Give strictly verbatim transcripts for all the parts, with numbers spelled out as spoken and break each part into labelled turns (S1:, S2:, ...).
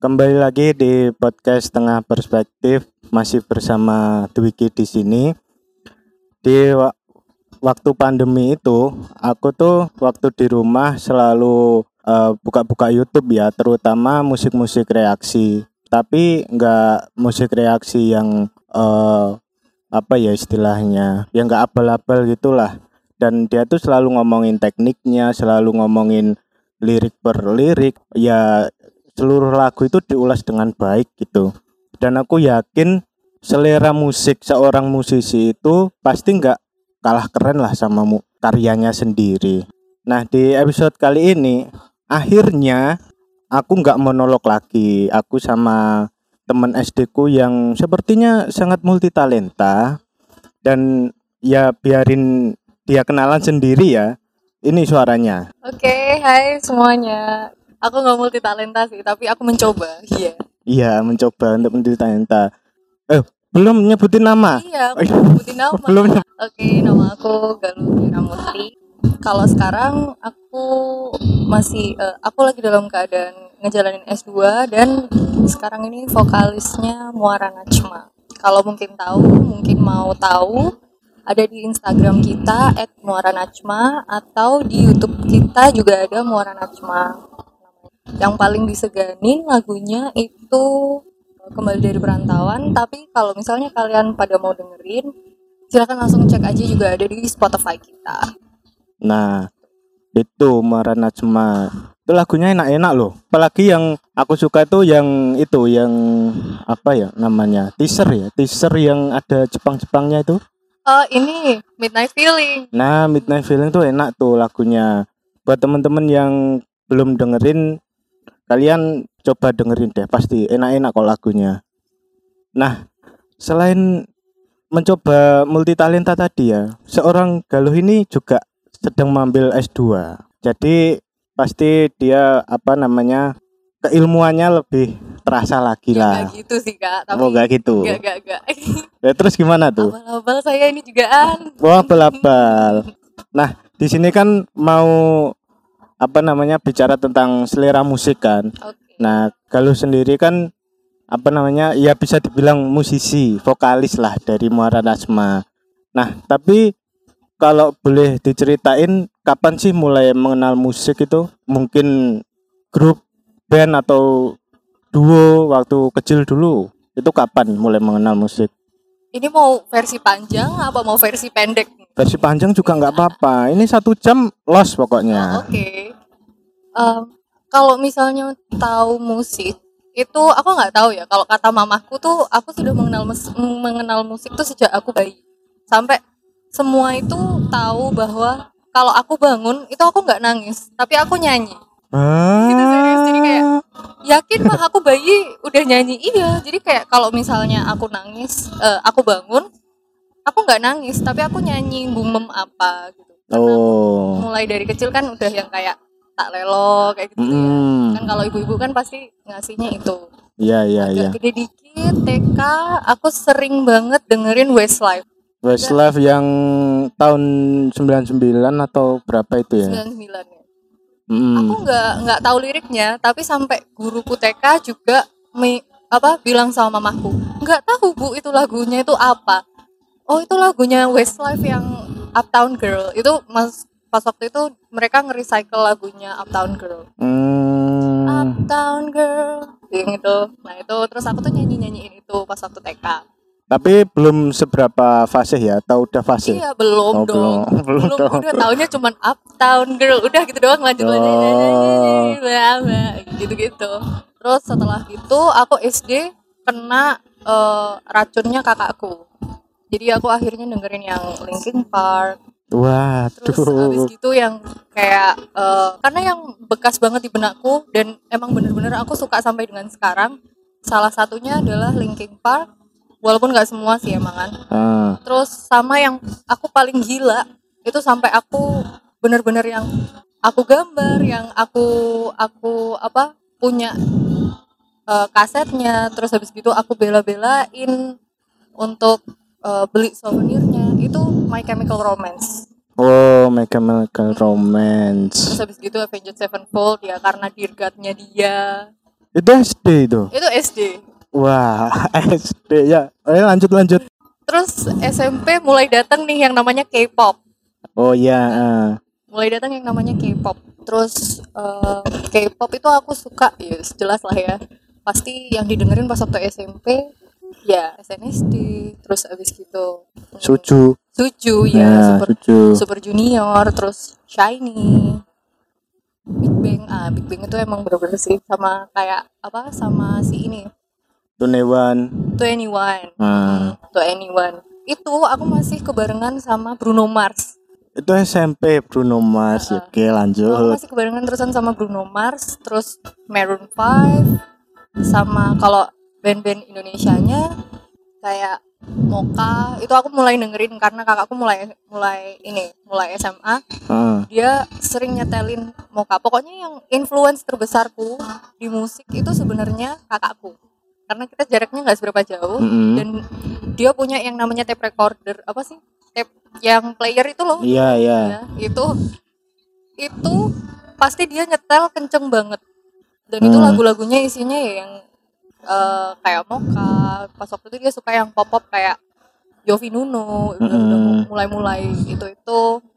S1: Kembali lagi di podcast Tengah Perspektif, masih bersama Dwiki di sini. Di wa- waktu pandemi itu, aku tuh waktu di rumah selalu eh, buka-buka YouTube ya, terutama musik-musik reaksi. Tapi nggak musik reaksi yang eh, apa ya istilahnya, yang nggak abal-abal gitulah. Dan dia tuh selalu ngomongin tekniknya, selalu ngomongin lirik per lirik. Ya seluruh lagu itu diulas dengan baik gitu. Dan aku yakin selera musik seorang musisi itu pasti nggak kalah keren lah sama mu- karyanya sendiri. Nah di episode kali ini akhirnya aku nggak monolog lagi. Aku sama teman S D ku yang sepertinya sangat multitalenta dan ya biarin dia kenalan sendiri ya. Ini suaranya.
S2: Oke, hai semuanya. Aku nggak multi talenta sih, tapi aku mencoba. Iya.
S1: Iya, mencoba untuk multitalenta. Eh, belum nyebutin nama.
S2: Iya,
S1: Oh,
S2: aku sebutin nama.
S1: belum nyebut.
S2: Oke, nama aku Galuh Wiramurti. Kalau sekarang aku masih, eh, aku lagi dalam keadaan ngejalanin S dua dan sekarang ini vokalisnya Muara Najma. Kalau mungkin tahu, mungkin mau tahu, ada di Instagram kita et muara najma atau di YouTube kita juga ada Muara Najma. Yang paling diseganin lagunya itu Kembali dari Perantauan, tapi kalau misalnya kalian pada mau dengerin, silakan langsung cek aja, juga ada di Spotify kita.
S1: Nah, itu Muara Najma. Itu lagunya enak-enak loh. Apalagi yang aku suka itu yang itu yang apa ya namanya? Teaser ya. Teaser yang ada Jepang-Jepangnya itu.
S2: Oh, ini Midnight Feeling.
S1: Nah, Midnight Feeling tuh enak tuh lagunya. Buat temen-temen yang belum dengerin, kalian coba dengerin deh, pasti enak-enak kok lagunya. Nah, selain mencoba multitalenta tadi ya, seorang Galuh ini juga sedang mengambil S dua. Jadi pasti dia apa namanya keilmuannya lebih terasa lagi
S2: Ya
S1: lah.
S2: gak gitu sih kak, tapi
S1: Oh, gak gitu.
S2: Gak, gak, gak.
S1: Ya, terus gimana tuh?
S2: Abal-abal saya ini jugaan.
S1: Wah, belabal. Nah, di sini kan mau apa namanya bicara tentang selera musik kan.
S2: Oke.
S1: Nah, Galuh sendiri kan apa namanya ya bisa dibilang musisi, vokalis lah dari Muara Najma. Nah, tapi kalau boleh diceritain kapan sih mulai mengenal musik itu? Mungkin grup, band atau duo waktu kecil dulu. Itu kapan mulai mengenal musik?
S2: Ini mau versi panjang apa mau versi pendek?
S1: Versi panjang juga nggak apa-apa. Ini satu jam los pokoknya.
S2: Oh, Oke. Em, kalau misalnya tahu musik itu aku nggak tahu ya. Kalau kata mamaku tuh aku sudah mengenal mus- mengenal musik tuh sejak aku bayi. Sampai semua itu tahu bahwa kalau aku bangun itu aku nggak nangis, tapi aku nyanyi. Gitu, serius. Jadi kayak yakin mah aku bayi udah nyanyi. Iya. Jadi kayak kalau misalnya aku nangis, eh, aku bangun, aku nggak nangis, tapi aku nyanyi bumem apa gitu. Karena aku
S1: Oh.
S2: mulai dari kecil kan udah yang kayak tak lelo kayak gitu ya.
S1: Mm.
S2: Kan kalau ibu-ibu kan pasti ngasihnya itu.
S1: Iya, iya, iya.
S2: Agak gede dikit T K aku sering banget dengerin Westlife
S1: Westlife yang tahun sembilan puluh sembilan atau berapa itu ya?
S2: sembilan puluh sembilan ya.
S1: Mm.
S2: Aku nggak nggak tahu liriknya, tapi sampai guruku T K juga me, apa bilang sama mamaku, nggak tahu bu itu lagunya itu apa. Oh itu lagunya Westlife yang Uptown Girl. Itu mas pas waktu itu mereka nge-recycle lagunya Uptown Girl.
S1: Mm.
S2: Uptown Girl yang itu. Nah itu terus aku tuh nyanyi-nyanyiin itu pas waktu T K.
S1: Tapi belum seberapa fase ya, atau udah fase?
S2: Iya belum
S1: Oh,
S2: dong.
S1: belum. Belum
S2: Belum,
S1: dong.
S2: udah taunya cuman Uptown Girl. Udah gitu doang, lanjut
S1: Oh.
S2: lanjut gitu-gitu. Terus setelah itu aku S D kena eh, racunnya kakakku. Jadi aku akhirnya dengerin yang Linkin Park. Terus abis
S1: Waduh.
S2: gitu yang kayak eh, karena yang bekas banget di benakku dan emang bener-bener aku suka sampai dengan sekarang. Salah satunya adalah Linkin Park. Walaupun nggak semua sih emang kan.
S1: Ah.
S2: Terus sama yang aku paling gila itu sampai aku bener-bener yang aku gambar, yang aku aku apa punya eh, kasetnya. Terus habis gitu aku bela-belain untuk eh, beli souvenirnya itu My Chemical Romance.
S1: Oh, My Chemical Romance.
S2: Terus habis gitu Avenged Sevenfold ya karena Dirgatnya dia.
S1: Itu S D itu.
S2: Itu S D.
S1: Wah, S D ya. Ayo lanjut lanjut.
S2: Terus S M P mulai datang nih yang namanya K-pop.
S1: Oh iya. Uh.
S2: Mulai datang yang namanya K-pop. Terus uh, K-pop itu aku suka, ya jelas lah ya. Pasti yang didengerin pas waktu S M P ya S N S D. Terus abis gitu
S1: Suju.
S2: Suju ya,
S1: Nah,
S2: Super,
S1: Suju.
S2: Super Junior, terus Shiny, Big Bang. Ah, Big Bang itu emang bener-bener sih sama kayak apa sama si ini.
S1: Tunewan.
S2: Twenty-One.
S1: Hmm.
S2: Twenty-One. Itu aku masih kebarengan sama Bruno Mars.
S1: Itu S M P Bruno Mars.
S2: Uh-uh.
S1: Oke, lanjut.
S2: Aku masih kebarengan terusan sama Bruno Mars, terus Maroon five, sama kalau band-band Indonesianya kayak Mocha. Itu aku mulai dengerin karena kakakku mulai mulai ini, mulai S M A.
S1: Uh.
S2: Dia sering nyetelin Mocha. Pokoknya yang influence terbesarku di musik itu sebenarnya kakakku. Karena kita jaraknya nggak seberapa jauh,
S1: mm-hmm.
S2: dan dia punya yang namanya tape recorder, apa sih, tape yang player itu loh.
S1: Iya iya.
S2: Ya, itu itu pasti dia nyetel kenceng banget, dan hmm. itu lagu-lagunya isinya ya yang uh, kayak Mocha. Pas waktu itu dia suka yang pop pop kayak Yofi Nuno, udah,
S1: mm-hmm.
S2: udah mulai-mulai itu itu.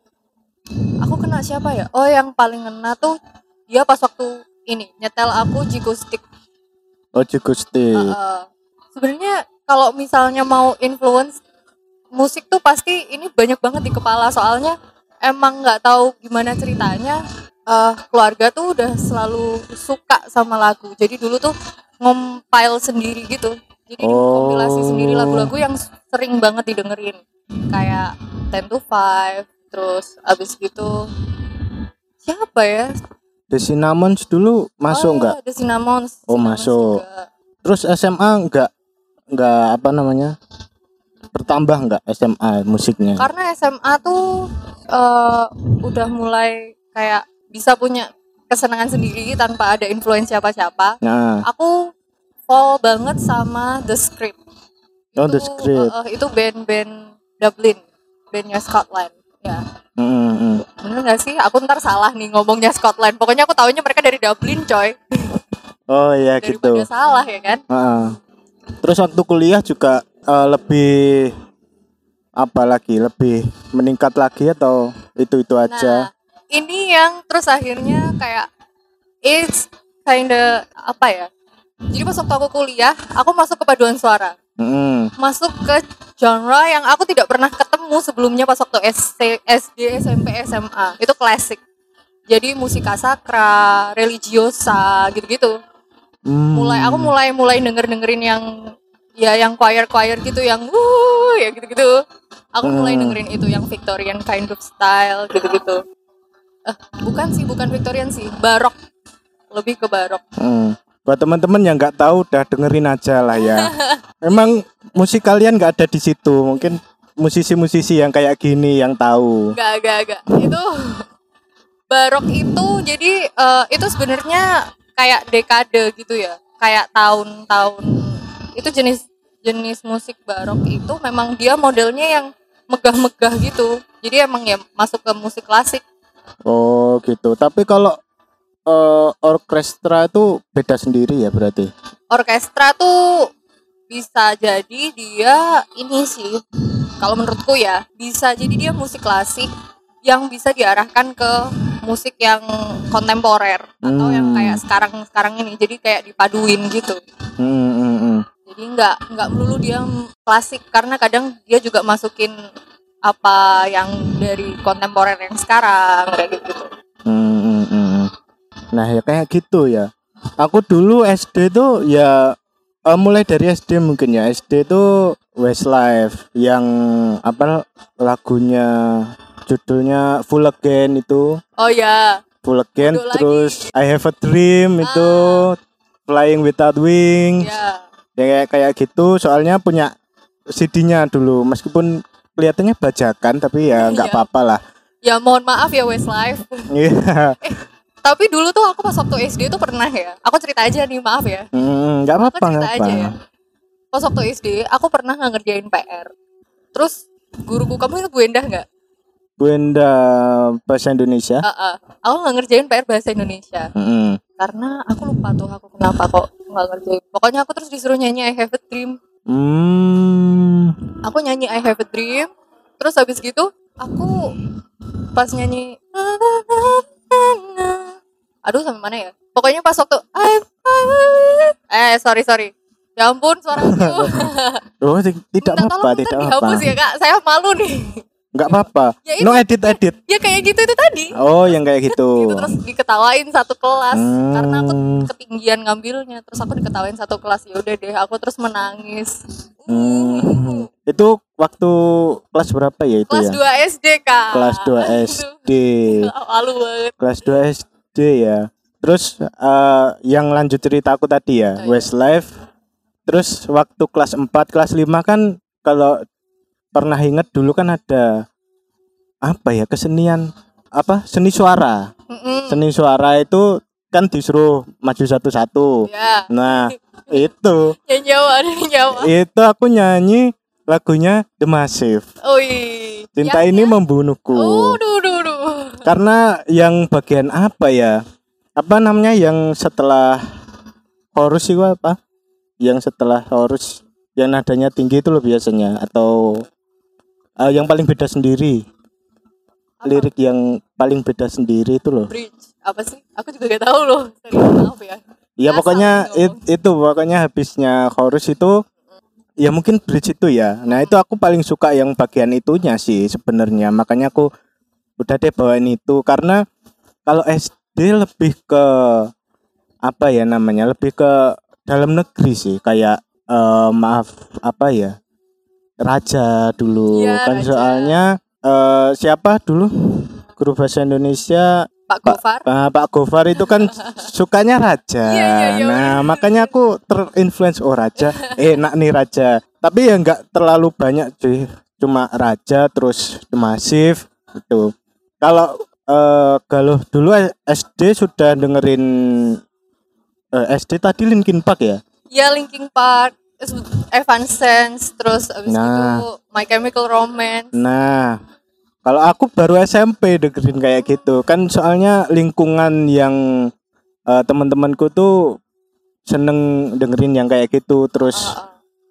S2: Aku kena siapa ya? Oh, yang paling kena tuh dia pas waktu ini nyetel aku Jigo Stick.
S1: Oh, Jigo Stick.
S2: Uh, uh. Sebenarnya kalau misalnya mau influence musik tuh pasti ini banyak banget di kepala, soalnya emang nggak tahu gimana ceritanya. Uh, keluarga tuh udah selalu suka sama lagu, jadi dulu tuh ngompil sendiri gitu. Jadi
S1: oh.
S2: kompilasi sendiri lagu-lagu yang sering banget didengerin, kayak ten to five, terus abis gitu siapa ya?
S1: The Cinnamons dulu masuk
S2: oh,
S1: enggak?
S2: The Cinnamons.
S1: Oh,
S2: Cinnamons
S1: masuk.
S2: Juga.
S1: Terus S M A enggak enggak apa namanya? Bertambah enggak S M A musiknya?
S2: Karena S M A tuh uh, udah mulai kayak bisa punya kesenangan sendiri tanpa ada influence siapa-siapa.
S1: Nah.
S2: Aku fall banget sama The Script.
S1: Oh,
S2: itu,
S1: The Script.
S2: Uh, uh, itu band-band Dublin, bandnya Scotland. Ya.
S1: Mm-hmm.
S2: Bener nggak sih? Aku ntar salah nih ngomongnya Scotland. Pokoknya aku taunya mereka dari Dublin, coy.
S1: Oh iya gitu.
S2: Daripada salah ya kan?
S1: Uh-uh. Terus waktu kuliah juga uh, lebih apa lagi? Lebih meningkat lagi atau itu-itu aja?
S2: Nah, ini yang terus akhirnya kayak it's kinda apa ya? Jadi pas waktu aku kuliah, aku masuk ke paduan suara.
S1: Mm.
S2: Masuk ke genre yang aku tidak pernah ketemu sebelumnya pas waktu S D, S M P, S M A. Itu klasik. Jadi musika sakra, religiosa, gitu-gitu.
S1: Mm.
S2: Mulai aku mulai mulai denger-dengerin yang ya yang choir-choir gitu, yang wuh ya gitu-gitu. Aku mm. mulai dengerin itu yang Victorian kind of style gitu-gitu. Eh, bukan sih, bukan Victorian sih, barok. Lebih ke barok.
S1: Mm. Buat teman-teman yang nggak tahu, udah dengerin aja lah ya. Memang musik kalian nggak ada di situ. Mungkin musisi-musisi yang kayak gini yang tahu.
S2: Gak, gak, gak. Itu barok itu jadi uh, itu sebenarnya kayak dekade gitu ya. Kayak tahun-tahun. Itu jenis jenis musik barok itu memang dia modelnya yang megah-megah gitu. Jadi emang ya masuk ke musik klasik.
S1: Oh gitu. Tapi kalau Uh, orkestra itu beda sendiri ya berarti?
S2: Orkestra tuh bisa jadi dia ini sih, kalau menurutku ya, bisa jadi dia musik klasik yang bisa diarahkan ke musik yang kontemporer hmm. atau yang kayak sekarang-sekarang ini, jadi kayak dipaduin gitu.
S1: Hmm, hmm, hmm.
S2: Jadi nggak nggak melulu dia klasik, karena kadang dia juga masukin apa yang dari kontemporer yang sekarang kayak gitu.
S1: Hmm, hmm, hmm. Nah ya kayak gitu ya. Aku dulu S D tuh ya uh, mulai dari S D mungkin ya. S D tuh Westlife yang apa lagunya judulnya Full Again itu.
S2: Oh ya.
S1: Full Again.
S2: Dulu
S1: Terus
S2: lagi.
S1: I Have a Dream ah. itu Flying Without Wings.
S2: Ya.
S1: Ya kayak kayak gitu. Soalnya punya C D-nya dulu. Meskipun kelihatannya bajakan tapi ya nggak apa-apa lah.
S2: Ya mohon maaf ya Westlife.
S1: Iya.
S2: eh, Tapi dulu tuh aku pas waktu S D tuh pernah ya. Aku cerita aja nih, maaf ya.
S1: Hmm, gak apa-apa,
S2: aku cerita
S1: gak
S2: aja
S1: apa.
S2: ya. Pas waktu S D, aku pernah nggak ngerjain P R. Terus guruku, kamu itu Bu Endah nggak?
S1: Bu Endah bahasa Indonesia.
S2: Uh-uh. Aku nggak ngerjain P R bahasa Indonesia.
S1: Mm-hmm.
S2: karena aku lupa tuh aku kenapa kok nggak ngerjain. Pokoknya aku terus disuruh nyanyi I Have a Dream.
S1: Hmm.
S2: Aku nyanyi I Have a Dream, terus habis gitu aku pas nyanyi, aduh sampai mana ya? Pokoknya pas waktu I, eh sorry sorry, ya ampun suaraku.
S1: Oh, tidak
S2: Minta
S1: apa-apa,
S2: tolong
S1: tidak
S2: bentar
S1: apa.
S2: dihapus ya kak, saya malu nih.
S1: Enggak apa-apa.
S2: Ya itu.
S1: No edit edit.
S2: Ya kayak gitu itu tadi.
S1: Oh, yang kayak gitu.
S2: Gitu terus diketawain satu kelas
S1: Hmm.
S2: karena aku ketinggian ngambilnya, terus aku diketawain satu kelas. Ya udah deh, aku terus menangis.
S1: Hmm. Itu waktu kelas berapa ya itu
S2: Kelas
S1: ya?
S2: dua S D kak.
S1: Kelas dua S D.
S2: Malu banget.
S1: Kelas dua S D ya. Terus eh, yang lanjut cerita aku tadi ya,
S2: Oh, iya.
S1: Westlife. Terus waktu kelas empat, kelas lima kan kalau pernah inget dulu kan ada apa ya, kesenian apa? Seni suara.
S2: Mm-mm.
S1: Seni suara itu kan disuruh maju satu-satu.
S2: Ya.
S1: Nah, itu
S2: Yang nyawa ada yang nyawa.
S1: itu aku nyanyi lagunya The Massive.
S2: Oi.
S1: Cinta
S2: Yang-
S1: ini membunuhku.
S2: Oh, duh, duh, duh.
S1: Karena yang bagian apa ya? Apa namanya yang setelah chorus itu apa? Yang setelah chorus yang nadanya tinggi itu loh biasanya, atau eh, yang paling beda sendiri.
S2: Apa?
S1: Lirik yang paling beda sendiri itu loh.
S2: Bridge. Apa sih? Aku juga gak tahu loh. Serius, maaf ya.
S1: Ya
S2: Asal
S1: pokoknya
S2: ngomong.
S1: it- itu pokoknya habisnya chorus itu ya mungkin bridge itu ya. Nah, itu aku paling suka yang bagian itunya sih sebenarnya. Makanya aku udah deh bawain itu karena kalau S D lebih ke apa ya namanya? Lebih ke dalam negeri sih, kayak eh, maaf apa ya? Raja dulu
S2: Iya,
S1: kan
S2: Raja.
S1: soalnya eh, siapa dulu guru bahasa Indonesia
S2: Pak Gofar.
S1: Pak, Pak Gofar itu kan sukanya Raja.
S2: Iya, iya, iya,
S1: Nah,
S2: bener.
S1: makanya aku terinfluence oh Raja, enak nih Raja. Tapi ya nggak terlalu banyak sih, cuma Raja terus The Massive itu. Kalau eh, kalau dulu S D sudah dengerin eh, S D tadi Linkin Park ya.
S2: Ya Linkin Park, Evanescence, terus abis
S1: Nah.
S2: itu My Chemical Romance.
S1: Nah, kalau aku baru S M P dengerin kayak gitu. Kan soalnya lingkungan yang eh, teman-temanku tuh seneng dengerin yang kayak gitu. Terus
S2: Ah, ah.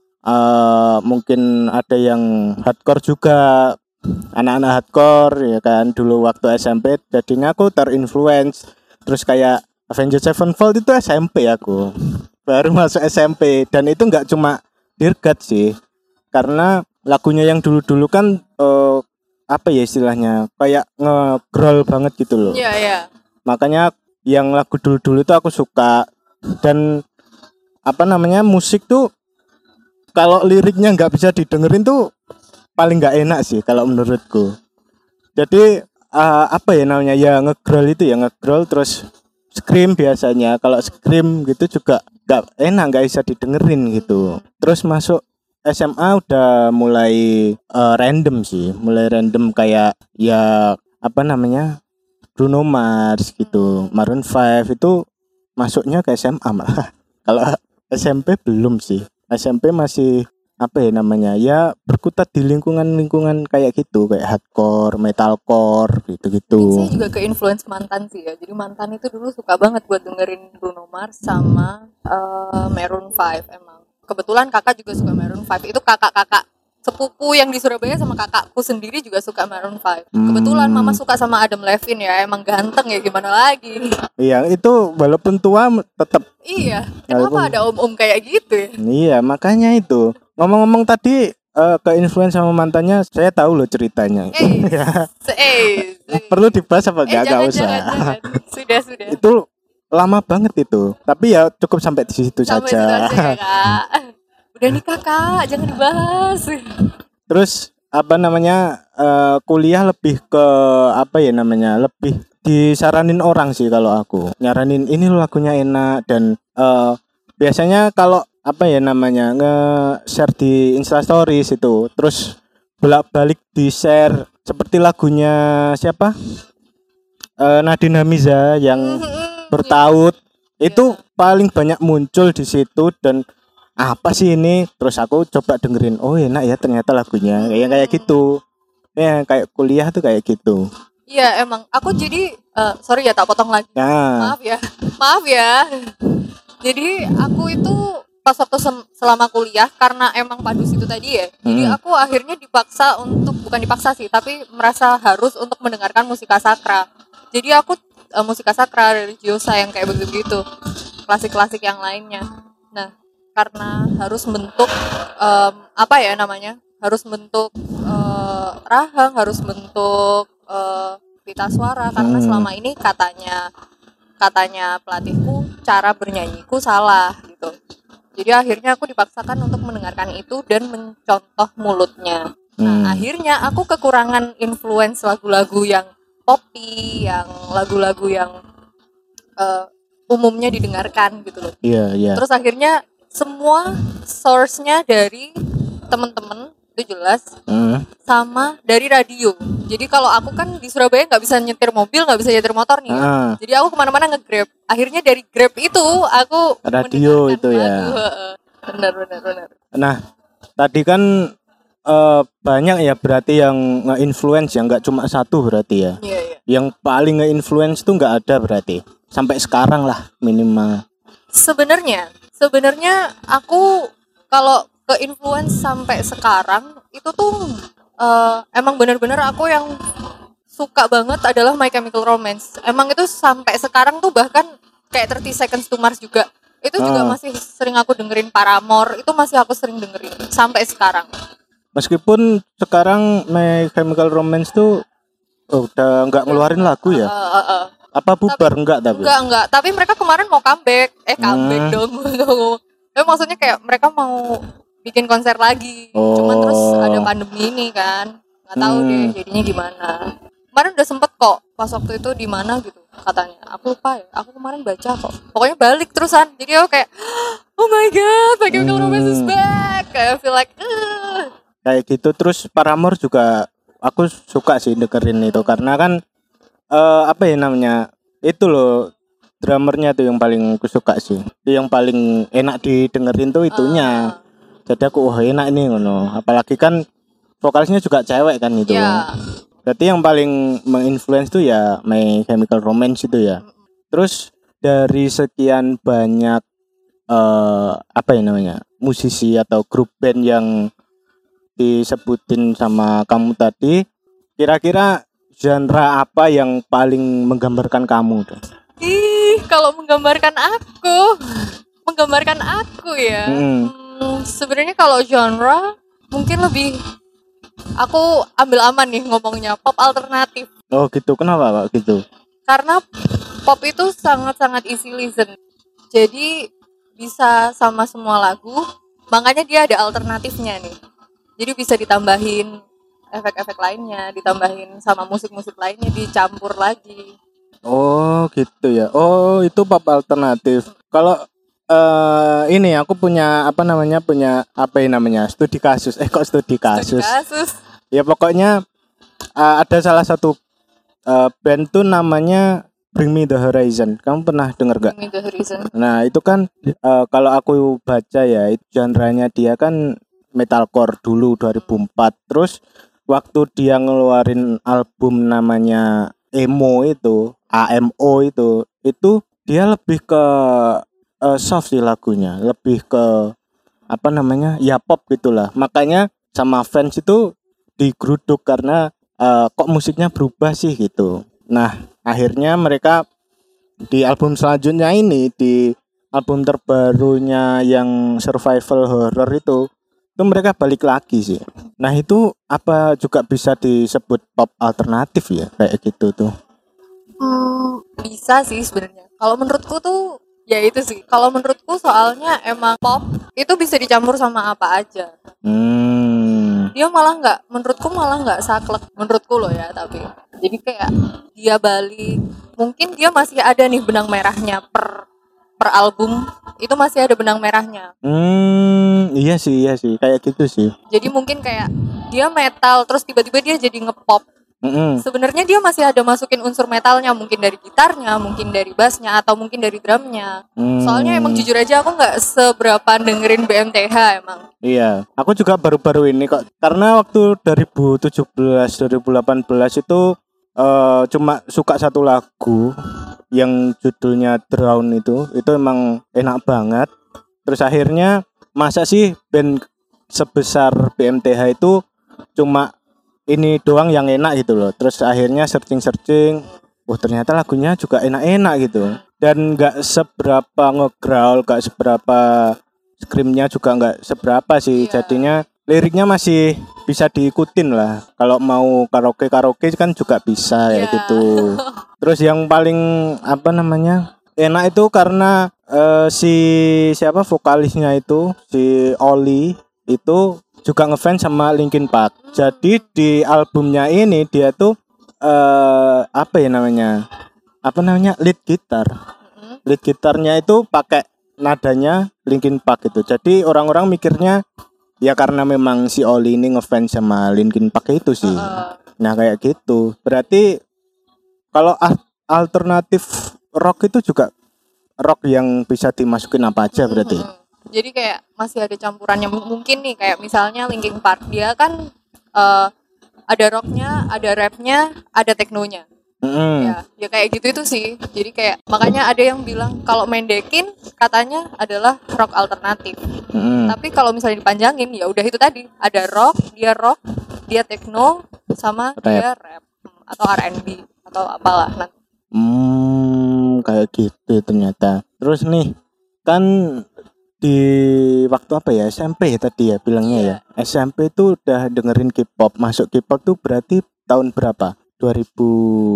S1: eh, mungkin ada yang hardcore juga, anak-anak hardcore ya kan dulu waktu S M P. Jadinya aku terinfluence. Terus kayak Avenged Sevenfold itu S M P aku. Baru masuk S M P dan itu nggak cuma Dirgat sih. Karena lagunya yang dulu-dulu kan eh, apa ya istilahnya kayak nge-growl banget gitu loh.
S2: Iya, iya.
S1: Makanya yang lagu dulu-dulu itu aku suka. Dan apa namanya musik tuh kalau liriknya nggak bisa didengerin tuh paling nggak enak sih kalau menurutku. Jadi eh, apa ya namanya ya nge-growl itu ya nge-growl terus scream biasanya. Kalau scream gitu juga nggak enak, nggak bisa didengerin gitu. Terus masuk S M A udah mulai eh, random sih, mulai random kayak ya apa namanya Bruno Mars gitu, Maroon five itu masuknya ke S M A malah. Kalau S M P belum sih, S M P masih apa ya namanya ya berkutat di lingkungan-lingkungan kayak gitu, kayak hardcore, metalcore gitu-gitu.
S2: Saya juga ke influence mantan sih ya. Jadi mantan itu dulu suka banget buat dengerin Bruno Mars sama eh, Maroon five emang. Kebetulan kakak juga suka Maroon five. Itu kakak-kakak sepupu yang di Surabaya sama kakakku sendiri juga suka Maroon five. Kebetulan
S1: Hmm.
S2: mama suka sama Adam Levine ya. Emang ganteng ya gimana lagi.
S1: Iya, itu walaupun tua tetap.
S2: Iya. Kenapa
S1: Walaupun-
S2: ada om-om kayak gitu ya?
S1: Iya, makanya itu. Ngomong-ngomong tadi eh, ke influence sama mantannya, saya tahu loh ceritanya.
S2: Eh,
S1: Ya.
S2: se- eh, eh.
S1: Perlu dibahas apa
S2: Eh,
S1: enggak? Enggak
S2: jangan,
S1: usah.
S2: jangan, jangan. Sudah, sudah.
S1: Itu lama banget itu. Tapi ya cukup sampai di situ
S2: Sampai
S1: saja.
S2: situ aja ya, Kak. Udah nih kakak, jangan dibahas.
S1: Terus apa namanya eh, kuliah lebih ke apa ya namanya lebih disaranin orang sih kalau aku nyaranin ini loh lagunya enak dan eh, biasanya kalau apa ya namanya nge-share di Instastories itu terus bolak-balik di share seperti lagunya siapa Eh, Nadine Hamiza yang bertaut itu paling banyak muncul di situ dan apa sih ini terus aku coba dengerin oh enak ya ternyata lagunya kayak kayak gitu ya kayak kuliah tuh kayak gitu
S2: Iya emang aku jadi uh, sorry ya tak potong lagi.
S1: Nah,
S2: Maaf ya. Maaf ya. Jadi aku itu pas waktu sem- selama kuliah karena emang padus itu tadi ya. Jadi
S1: hmm.
S2: aku akhirnya dipaksa untuk bukan dipaksa sih, tapi merasa harus untuk mendengarkan musika sakra. Jadi aku uh, musika sakra, religiosa yang kayak begitu-begitu. Klasik-klasik yang lainnya. Nah, karena harus bentuk um, apa ya namanya? Harus bentuk uh, rahang, harus bentuk uh, pita suara karena
S1: Hmm.
S2: selama ini katanya katanya pelatihku cara bernyanyiku salah gitu. Jadi akhirnya aku dipaksakan untuk mendengarkan itu dan mencontoh mulutnya. Nah,
S1: Hmm.
S2: akhirnya aku kekurangan influence lagu-lagu yang poppy, yang lagu-lagu yang uh, umumnya didengarkan gitu loh.
S1: Iya, iya.
S2: Terus akhirnya semua source-nya dari teman-teman itu jelas
S1: Hmm.
S2: sama dari radio. Jadi kalau aku kan di Surabaya nggak bisa nyetir mobil, nggak bisa nyetir motor nih.
S1: Ah.
S2: Jadi aku kemana-mana nge-grab. Akhirnya dari Grab itu aku
S1: Radio itu
S2: lagu.
S1: ya.
S2: Benar, benar, benar.
S1: Nah, tadi kan uh, banyak ya berarti yang nge-influence ya, nggak cuma satu berarti ya.
S2: Iya, iya.
S1: Yang paling nge-influence tuh nggak ada berarti. Sampai sekarang lah minimal.
S2: Sebenarnya, sebenarnya aku kalau ke influence sampai sekarang itu tuh uh, emang benar-benar aku yang suka banget adalah My Chemical Romance. Emang itu sampai sekarang tuh bahkan kayak thirty Seconds to Mars juga. Itu juga
S1: Ah.
S2: masih sering aku dengerin. Paramore itu masih aku sering dengerin sampai sekarang.
S1: Meskipun sekarang My Chemical Romance tuh oh, udah nggak ngeluarin lagu ya.
S2: Uh, uh, uh.
S1: Apa bubar enggak tapi?
S2: Enggak, enggak. Tapi mereka kemarin mau comeback. Eh, comeback
S1: Hmm.
S2: dong. Tapi maksudnya kayak mereka mau bikin konser lagi.
S1: Oh.
S2: Cuman terus ada pandemi ini kan. Nggak tahu
S1: Hmm.
S2: deh jadinya gimana. Kemarin udah sempet kok pas waktu itu di mana gitu katanya. Aku lupa ya. Aku kemarin baca kok. Pokoknya balik terusan. Jadi aku kayak oh my god, My Chemical Romance is
S1: Hmm.
S2: back. Kayak feel like uh.
S1: Kayak gitu. Terus Paramore juga aku suka sih dengerin itu karena kan eh, apa ya namanya? Itu loh drummernya tuh yang paling aku suka sih. Itu yang paling enak didengerin tuh itunya.
S2: Uh,
S1: Jadi aku wah enak nih ngono. Apalagi kan vokalisnya juga cewek kan itu.
S2: ya.
S1: Berarti yang paling menginfluence tuh ya My Chemical Romance itu ya. Terus dari sekian banyak eh apa ya namanya? Musisi atau grup band yang disebutin sama kamu tadi, kira-kira genre apa yang paling menggambarkan kamu tuh?
S2: Ih, kalau menggambarkan aku, menggambarkan aku ya.
S1: Hmm.
S2: Hmm, sebenarnya kalau genre mungkin lebih aku ambil aman nih ngomongnya pop alternatif.
S1: Oh gitu, kenapa kok gitu?
S2: Karena pop itu sangat-sangat easy listen. Jadi bisa sama semua lagu, makanya dia ada alternatifnya nih. Jadi bisa ditambahin efek-efek lainnya, ditambahin sama musik-musik lainnya, dicampur lagi.
S1: Oh gitu ya. Oh itu pop alternatif. Kalau eh ini aku punya apa namanya punya apa yang namanya studi kasus. Eh kok studi kasus?
S2: Studi kasus.
S1: Ya pokoknya uh, ada salah satu uh, band tuh namanya Bring Me The Horizon. Kamu pernah denger gak?
S2: Bring Me The Horizon.
S1: Nah itu kan uh, kalau aku baca ya itu genrenya dia kan metalcore dulu dua ribu empat. Terus waktu dia ngeluarin album namanya emo itu A M O itu itu dia lebih ke uh, soft sih lagunya, lebih ke apa namanya ya pop gitulah. Makanya sama fans itu digeruduk karena uh, kok musiknya berubah sih gitu. Nah akhirnya mereka di album selanjutnya ini, di album terbarunya yang survival horror itu itu mereka balik lagi sih. Nah itu apa juga bisa disebut pop alternatif ya kayak gitu tuh?
S2: Hmm, bisa sih sebenarnya. Kalau menurutku tuh ya itu sih. Kalau menurutku soalnya emang pop itu bisa dicampur sama apa aja.
S1: Hmm.
S2: Dia malah nggak, menurutku malah nggak saklek. Menurutku loh ya tapi. Jadi kayak dia balik, mungkin dia masih ada nih benang merahnya per per album itu masih ada benang merahnya.
S1: Hmm, iya sih, iya sih, kayak gitu sih.
S2: Jadi mungkin kayak dia metal terus tiba-tiba dia jadi ngepop.
S1: Mm-mm.
S2: Sebenarnya dia masih ada masukin unsur metalnya, mungkin dari gitarnya, mungkin dari bassnya, atau mungkin dari drumnya.
S1: Hmm.
S2: Soalnya emang jujur aja aku nggak seberapa dengerin B M T H emang.
S1: Iya, aku juga baru-baru ini kok. Karena waktu dua ribu tujuh belas dua ribu delapan belas itu eh, cuma suka satu lagu yang judulnya Drown itu, itu emang enak banget. Terus akhirnya masa sih band sebesar B M T H itu cuma ini doang yang enak gitu loh. Terus akhirnya searching-searching, oh ternyata lagunya juga enak-enak gitu. Dan nggak seberapa nge-growl, nggak seberapa screamnya juga nggak seberapa sih.
S2: Iya.
S1: Jadinya liriknya masih bisa diikutin lah. Kalau mau karaoke karaoke kan juga bisa kayak
S2: Iya.
S1: gitu. Terus yang paling apa namanya enak itu karena eh, si siapa vokalisnya itu si Oli itu juga ngefans sama Linkin Park. Jadi di albumnya ini dia tuh eh, apa ya namanya apa namanya lead gitar.
S2: Mm-mm.
S1: Lead gitarnya itu pakai nadanya Linkin Park gitu. Jadi orang-orang mikirnya ya karena memang si Oli ini ngefans sama Linkin Park itu sih.
S2: Heeh.
S1: Nah kayak gitu. Berarti kalau al- alternatif rock itu juga rock yang bisa dimasukin apa aja berarti.
S2: Mm-mm. Jadi kayak masih ada campurannya. M- mungkin nih kayak misalnya Linkin Park, dia kan eh, ada rocknya, ada rapnya, ada teknonya.
S1: Mm-mm.
S2: Ya, ya kayak gitu itu sih. Jadi kayak makanya ada yang bilang kalau Mendekin katanya adalah rock alternatif.
S1: Mm-mm.
S2: Tapi kalau misalnya dipanjangin ya udah itu tadi. Ada rock, dia rock, dia techno, sama
S1: Rap.
S2: dia rap Hmm, atau R and B atau apalah nanti.
S1: Hmm, kayak gitu ternyata. Terus nih, kan di waktu apa ya S M P ya tadi ya bilangnya
S2: Iya.
S1: ya. S M P itu udah dengerin K-pop. Masuk K-pop tuh berarti tahun berapa? dua ribu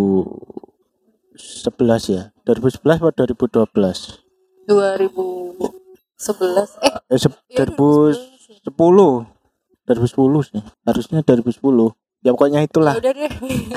S1: sebelas ya. dua ribu sebelas atau dua ribu dua belas?
S2: dua ribu sebelas eh
S1: Eh, se-
S2: iya,
S1: dua ribu sepuluh. dua ribu sepuluh sih. Harusnya dua ribu sepuluh. Ya pokoknya
S2: Ya
S1: itulah
S2: udah deh.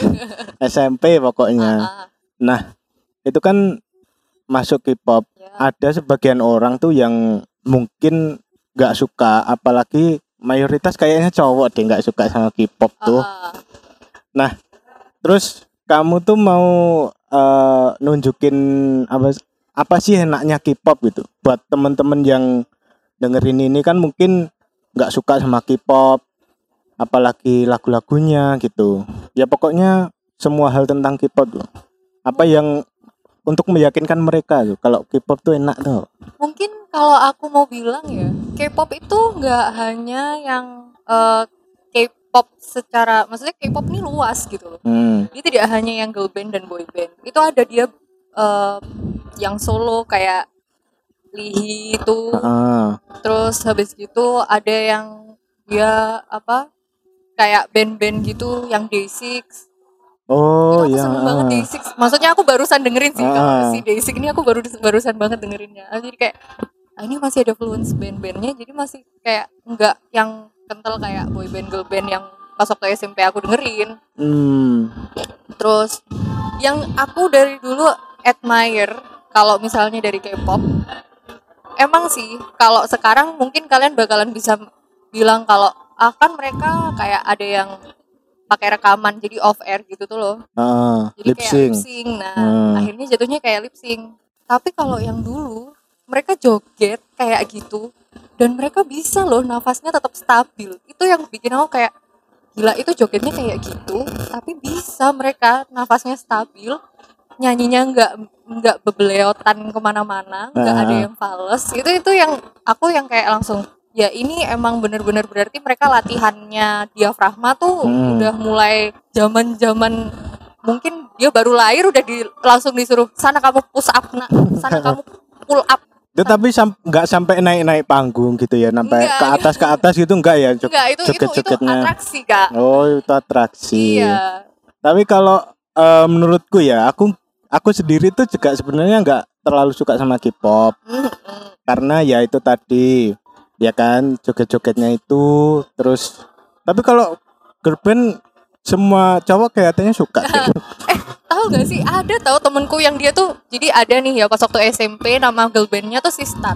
S1: S M P pokoknya.
S2: Ah, ah,
S1: Nah, itu kan masuk K-pop.
S2: ya.
S1: Ada sebagian orang tuh yang mungkin nggak suka, apalagi mayoritas kayaknya cowok deh nggak suka sama K-pop tuh.
S2: Ah, ah.
S1: Nah, terus kamu tuh mau eh, nunjukin apa apa sih enaknya K-pop gitu buat temen-temen yang dengerin ini kan mungkin nggak suka sama K-pop, apalagi lagu-lagunya gitu. Ya pokoknya semua hal tentang K-pop tuh. Apa yang untuk meyakinkan mereka tuh kalau K-pop tuh enak tuh.
S2: Mungkin kalau aku mau bilang ya, K-pop itu nggak hanya yang eh, K-pop secara, maksudnya K-pop ini luas gitu loh.
S1: Hmm.
S2: Dia tidak hanya yang girl band dan boy band. Itu ada dia eh, yang solo kayak Lee itu.
S1: Ah.
S2: Terus habis gitu ada yang dia apa? Kayak band-band gitu yang Day six.
S1: Oh
S2: Itu aku
S1: ya.
S2: seneng banget Day
S1: ah.
S2: six. Maksudnya aku barusan dengerin sih
S1: Ah.
S2: kalau si Day six ini aku baru barusan banget dengerinnya. Ah, Jadi kayak ah, ini masih ada influence band-bandnya, jadi masih kayak enggak yang kental kayak boy band girl band yang pas waktu S M P aku dengerin.
S1: Hmm.
S2: Terus yang aku dari dulu admire kalau misalnya dari K-pop, emang sih kalau sekarang mungkin kalian bakalan bisa bilang kalau akan mereka kayak ada yang pakai rekaman jadi off air gitu tuh loh.
S1: Ah,
S2: Jadi
S1: lip
S2: kayak
S1: sync.
S2: lip sync. Nah,
S1: Hmm.
S2: akhirnya jatuhnya kayak lip sync. Tapi kalau yang dulu mereka joget kayak gitu dan mereka bisa loh nafasnya tetap stabil. Itu yang bikin aku kayak gila, itu jogetnya kayak gitu tapi bisa mereka nafasnya stabil, nyanyinya nggak nggak bebeleotan kemana-mana, nggak ada
S1: Ah.
S2: yang fals. Itu itu yang aku yang kayak langsung ya ini emang bener-bener berarti mereka latihannya diafragma tuh
S1: Hmm.
S2: udah mulai zaman-zaman mungkin dia baru lahir udah di, langsung disuruh sana kamu push up nak, sana kamu pull up.
S1: Itu tapi sam- nggak sampai naik-naik panggung gitu ya, sampai
S2: Enggak,
S1: ke atas ke atas gitu enggak ya? jog-
S2: Enggak, itu itu itu
S1: joget-jogetnya.
S2: atraksi kak.
S1: Oh, itu atraksi.
S2: Iya.
S1: Tapi kalau eh, menurutku ya, aku aku sendiri tuh juga sebenarnya nggak terlalu suka sama K-pop
S2: Mm-mm.
S1: karena ya itu tadi ya kan joget-jogetnya itu terus. Tapi kalau girl band semua cowok kayaknya suka deh.
S2: Tahu gak sih ada tahu temenku yang dia tuh jadi ada nih ya pas waktu S M P nama girl bandnya tuh Sistar.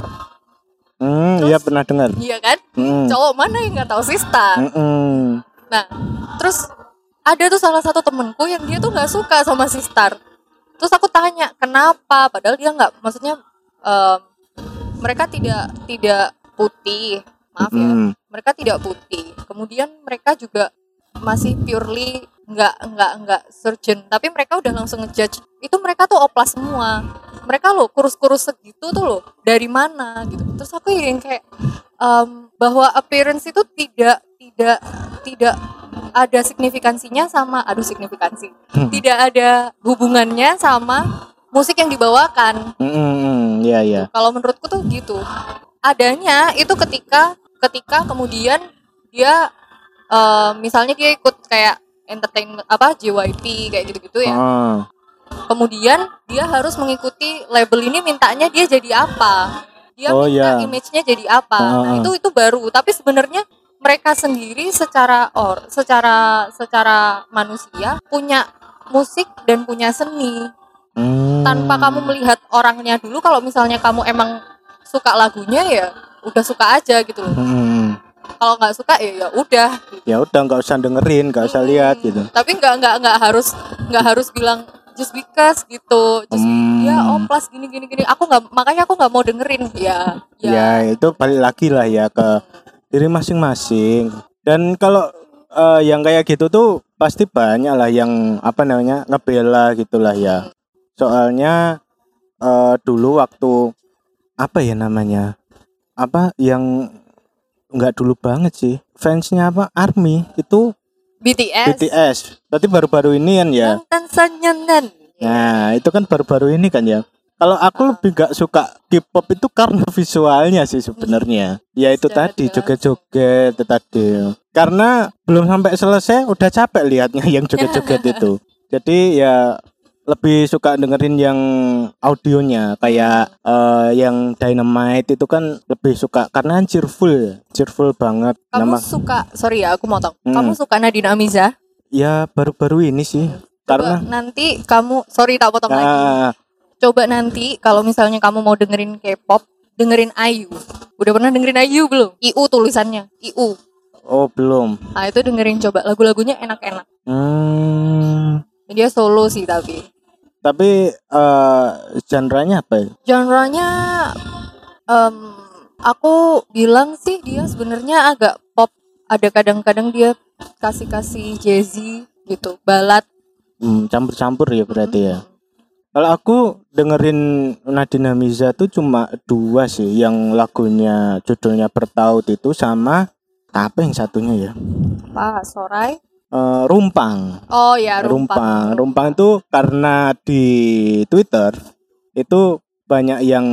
S1: Hmm, iya pernah dengar.
S2: Iya kan?
S1: Hmm.
S2: Cowok mana yang nggak tahu Sistar?
S1: Mm-mm.
S2: Nah, terus ada tuh salah satu temenku yang dia tuh nggak suka sama Sistar. Terus aku tanya kenapa? Padahal dia nggak, maksudnya em, mereka tidak tidak putih, maaf ya.
S1: Mm.
S2: Mereka tidak putih. Kemudian mereka juga masih purely nggak nggak nggak surgeon, tapi mereka udah langsung ngejudge itu mereka tuh oplas semua, mereka loh kurus-kurus segitu tuh loh dari mana gitu. Terus aku yang kayak um, bahwa appearance itu tidak tidak tidak ada signifikansinya sama aduh signifikansi
S1: Hmm.
S2: tidak ada hubungannya sama musik yang dibawakan.
S1: Hmm, ya ya.
S2: Kalau menurutku tuh gitu. Adanya itu ketika ketika kemudian dia uh, misalnya dia ikut kayak entertainment apa J Y P kayak gitu-gitu ya.
S1: Oh.
S2: Kemudian dia harus mengikuti label ini mintanya dia jadi apa. Dia
S1: Oh,
S2: minta
S1: ya.
S2: image-nya jadi apa.
S1: Ah,
S2: Nah,
S1: ah.
S2: itu itu baru, tapi sebenarnya mereka sendiri secara or secara secara manusia punya musik dan punya seni.
S1: Hmm.
S2: Tanpa kamu melihat orangnya dulu, kalau misalnya kamu emang suka lagunya ya udah suka aja gitu loh.
S1: Hmm.
S2: Kalau nggak suka ya ya udah gitu.
S1: Ya udah nggak usah dengerin, nggak usah
S2: Hmm,
S1: lihat gitu.
S2: Tapi nggak nggak nggak harus nggak harus bilang just because gitu. Just
S1: Hmm.
S2: ya oplas gini gini gini. Aku nggak makanya aku nggak mau dengerin ya.
S1: Ya itu balik lagi lah ya ke diri masing-masing. Dan kalau eh, yang kayak gitu tuh pasti banyak lah yang apa namanya ngebela gitulah ya. Soalnya eh, dulu waktu apa ya namanya apa yang nggak dulu banget sih fansnya apa ARMY itu
S2: B T S.
S1: B T S. Berarti baru-baru ini kan ya.
S2: Yang tansanyanan.
S1: Nah itu kan baru-baru ini kan ya. Kalau aku lebih gak suka K-pop itu karena visualnya sih sebenarnya. Ya itu
S2: Secara
S1: tadi
S2: jelas.
S1: joget-joget itu tadi. Karena belum sampai selesai udah capek lihatnya yang joget-joget itu. Jadi ya lebih suka dengerin yang audionya kayak eh, yang Dynamite itu kan lebih suka karena cheerful, cheerful banget.
S2: Kamu
S1: Nama
S2: suka, sorry ya aku motong.
S1: Hmm.
S2: Kamu suka Nadine Amiza?
S1: ya baru-baru ini sih.
S2: Coba
S1: Karena
S2: nanti kamu, sorry tak potong lagi.
S1: ah,
S2: Coba nanti kalau misalnya kamu mau dengerin K-pop, dengerin I U. Udah pernah dengerin I U belum? I U tulisannya, I U.
S1: oh belum.
S2: Nah itu dengerin coba, lagu-lagunya enak-enak.
S1: Hmm.
S2: Dia solo sih tapi.
S1: Tapi eh genre-nya apa ya?
S2: Genre-nya em, aku bilang sih dia sebenarnya agak pop. Ada kadang-kadang dia kasih-kasih jazzy gitu, balad.
S1: Hmm, campur-campur ya berarti ya. Kalau aku dengerin Nadine Amiza tuh cuma dua sih, yang lagunya judulnya Bertaut itu sama apa yang satunya ya?
S2: Pak Sorai.
S1: Eh, Rumpang.
S2: Oh ya,
S1: Rumpang.
S2: Rumpang.
S1: Rumpang itu karena di Twitter itu banyak yang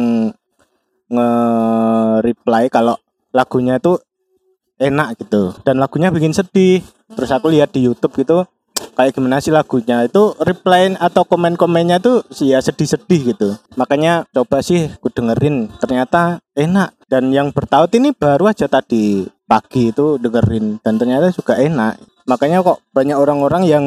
S1: nge-reply kalau lagunya tuh enak gitu dan lagunya bikin sedih. Terus aku lihat di YouTube gitu kayak gimana sih lagunya, itu reply atau komen-komennya tuh sih ya sedih-sedih gitu. Makanya coba sih aku dengerin, ternyata enak. Dan yang Bertaut ini baru aja tadi pagi itu dengerin dan ternyata juga enak. Makanya kok banyak orang-orang yang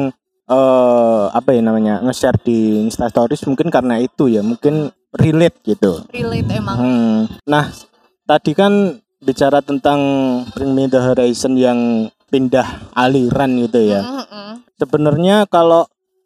S1: eh apa ya namanya nge-share di Instastories, mungkin karena itu ya, mungkin relate gitu.
S2: Relate emang.
S1: Hmm. Nah, tadi kan bicara tentang Bring Me The Horizon yang pindah aliran gitu ya.
S2: Mm-mm.
S1: Sebenarnya kalau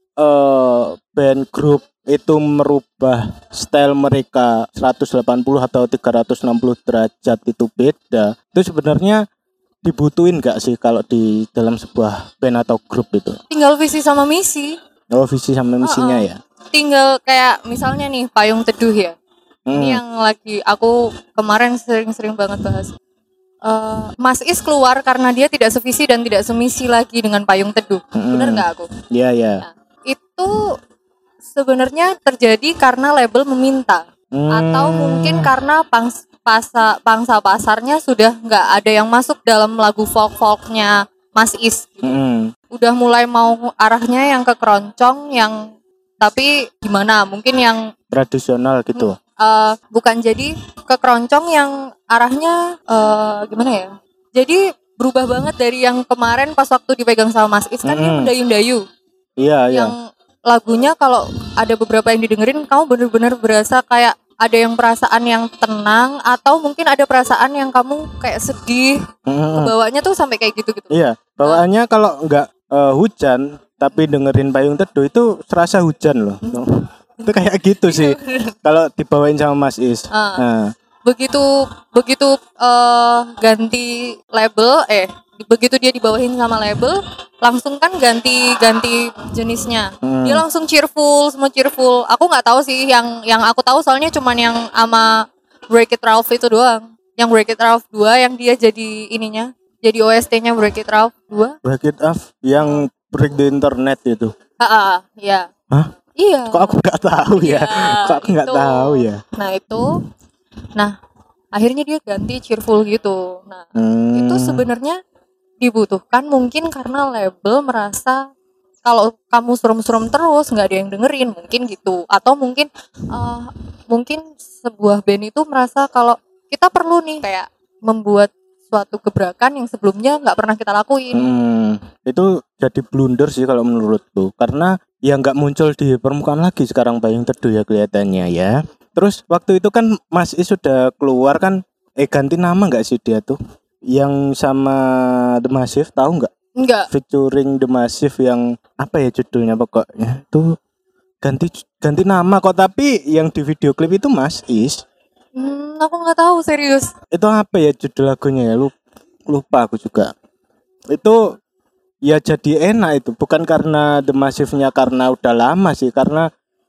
S1: eh, band grup itu merubah style mereka seratus delapan puluh atau tiga ratus enam puluh derajat itu beda. Itu sebenarnya dibutuhin gak sih kalau di dalam sebuah band atau grup itu?
S2: Tinggal visi sama misi.
S1: Oh, visi sama misinya
S2: Uh-uh.
S1: ya.
S2: Tinggal kayak misalnya nih Payung Teduh ya.
S1: Hmm.
S2: Ini yang lagi aku kemarin sering-sering banget bahas. Eh, Mas Is keluar karena dia tidak sevisi dan tidak semisi lagi dengan Payung Teduh.
S1: Mm-mm.
S2: Bener nggak aku?
S1: Iya, ya.
S2: Nah, itu sebenarnya terjadi karena label meminta,
S1: Hmm.
S2: atau mungkin karena pangs, pasa, pangsa pasarnya sudah nggak ada yang masuk dalam lagu folk-folknya Mas Is. Gitu.
S1: Mm-mm.
S2: Udah mulai mau arahnya yang ke keroncong, yang tapi gimana? Mungkin yang
S1: Tradisional gitu.
S2: eh, bukan jadi ke keroncong yang arahnya eh, gimana ya? Jadi berubah banget dari yang kemarin pas waktu dipegang sama Mas Is kan dia
S1: Mm-mm.
S2: mendayu-dayu.
S1: Iya, iya.
S2: Yang lagunya kalau ada beberapa yang didengerin kamu bener-bener berasa kayak ada yang perasaan yang tenang, atau mungkin ada perasaan yang kamu kayak sedih.
S1: Mm-mm.
S2: Kebawanya tuh sampai kayak gitu-gitu.
S1: Iya, bawaannya kalau nggak eh, hujan tapi dengerin Payung Teduh itu serasa hujan loh. Itu kayak gitu sih kalau dibawain sama Mas Is.
S2: Ah.
S1: Nah,
S2: Begitu begitu eh, ganti label eh begitu dia dibawahin sama label, langsung kan ganti ganti jenisnya.
S1: Hmm.
S2: Dia langsung cheerful, semua cheerful. Aku nggak tahu sih, yang yang aku tahu soalnya cuman yang sama Break It Ralph itu doang. Yang Break It Ralph dua yang dia jadi ininya, jadi O S T-nya Break It Ralph dua.
S1: Break It Off yang break the internet itu.
S2: Ah, iya.
S1: Hah?
S2: Iya.
S1: Kok aku nggak tahu ya?
S2: Iya,
S1: Kok aku nggak
S2: itu.
S1: tahu ya?
S2: Nah itu, nah akhirnya dia ganti cheerful gitu. Nah
S1: Hmm.
S2: itu sebenarnya dibutuhkan mungkin karena label merasa kalau kamu suram-suram terus nggak ada yang dengerin, mungkin gitu. Atau mungkin uh, mungkin sebuah band itu merasa kalau kita perlu nih kayak membuat suatu gebrakan yang sebelumnya nggak pernah kita lakuin.
S1: Hmm, itu jadi blunder sih kalau menurutku, karena ya nggak muncul di permukaan lagi sekarang Payung Teduh ya kelihatannya ya. Terus waktu itu kan Mas Is sudah keluar kan, eh ganti nama nggak sih dia tuh? Yang sama The Massive, tahu nggak?
S2: Enggak.
S1: Featuring The Massive yang apa ya judulnya pokoknya tuh ganti ganti nama kok, tapi yang di video klip itu Mas Is.
S2: Hmm, aku nggak tahu serius.
S1: Itu apa ya judul lagunya ya, lupa, lupa aku juga. Itu ya jadi enak itu, bukan karena The Massive-nya karena udah lama sih, karena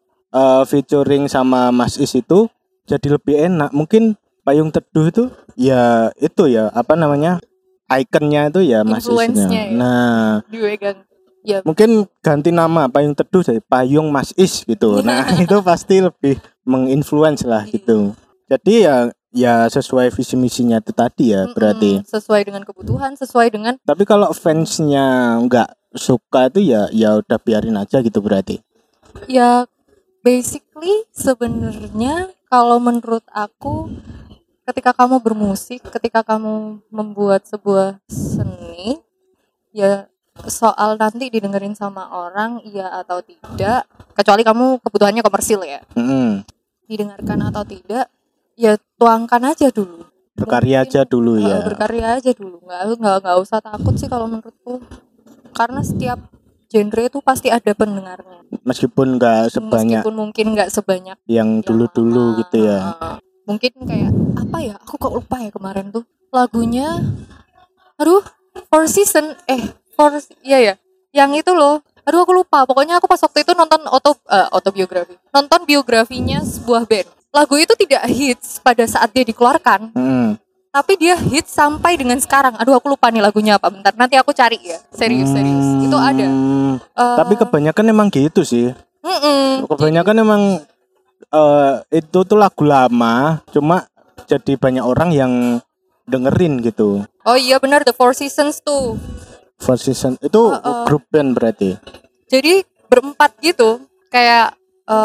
S1: uh, featuring sama Mas Is itu jadi lebih enak. Mungkin Payung Teduh itu ya itu ya apa namanya, ikonnya itu ya Mas Isnya.
S2: Influence-nya ya.
S1: Nah
S2: Diwegang. Ya.
S1: mungkin ganti nama Payung Teduh jadi Payung Mas Is gitu. Nah itu pasti lebih menginfluence lah gitu. Jadi ya ya sesuai visi misinya itu tadi ya.
S2: Mm-mm,
S1: berarti
S2: sesuai dengan kebutuhan, sesuai dengan.
S1: Tapi kalau fansnya nggak suka itu ya ya udah biarin aja gitu berarti.
S2: Ya basically sebenarnya kalau menurut aku, ketika kamu bermusik, ketika kamu membuat sebuah seni, ya soal nanti didengerin sama orang iya atau tidak, kecuali kamu kebutuhannya komersil ya,
S1: Mm-mm.
S2: didengarkan atau tidak, ya tuangkan aja dulu.
S1: Berkarya
S2: Mungkin,
S1: aja dulu
S2: uh,
S1: ya.
S2: berkarya aja dulu, nggak nggak nggak usah takut sih kalau menurutku, karena setiap genre itu pasti ada pendengarnya,
S1: Meskipun nggak sebanyak
S2: meskipun mungkin nggak sebanyak
S1: yang dulu-dulu
S2: lama.
S1: gitu ya.
S2: Uh, mungkin kayak apa ya, aku kok lupa ya kemarin tuh lagunya, aduh, Four Season eh Four iya ya yang itu loh, aduh aku lupa, pokoknya aku pas waktu itu nonton auto uh, autobiografi nonton biografinya sebuah band. Lagu itu tidak hits pada saat dia dikeluarkan,
S1: Mm.
S2: tapi dia hits sampai dengan sekarang. Aduh aku lupa nih lagunya apa, bentar nanti aku cari ya. Serius serius
S1: Hmm,
S2: itu ada. Uh,
S1: Tapi kebanyakan emang gitu sih.
S2: mm-mm.
S1: Kebanyakan emang uh, itu tuh lagu lama, cuma jadi banyak orang yang dengerin gitu.
S2: Oh iya benar, The Four Seasons tuh.
S1: Four Seasons itu
S2: Uh, uh.
S1: grup band berarti.
S2: Jadi berempat gitu, kayak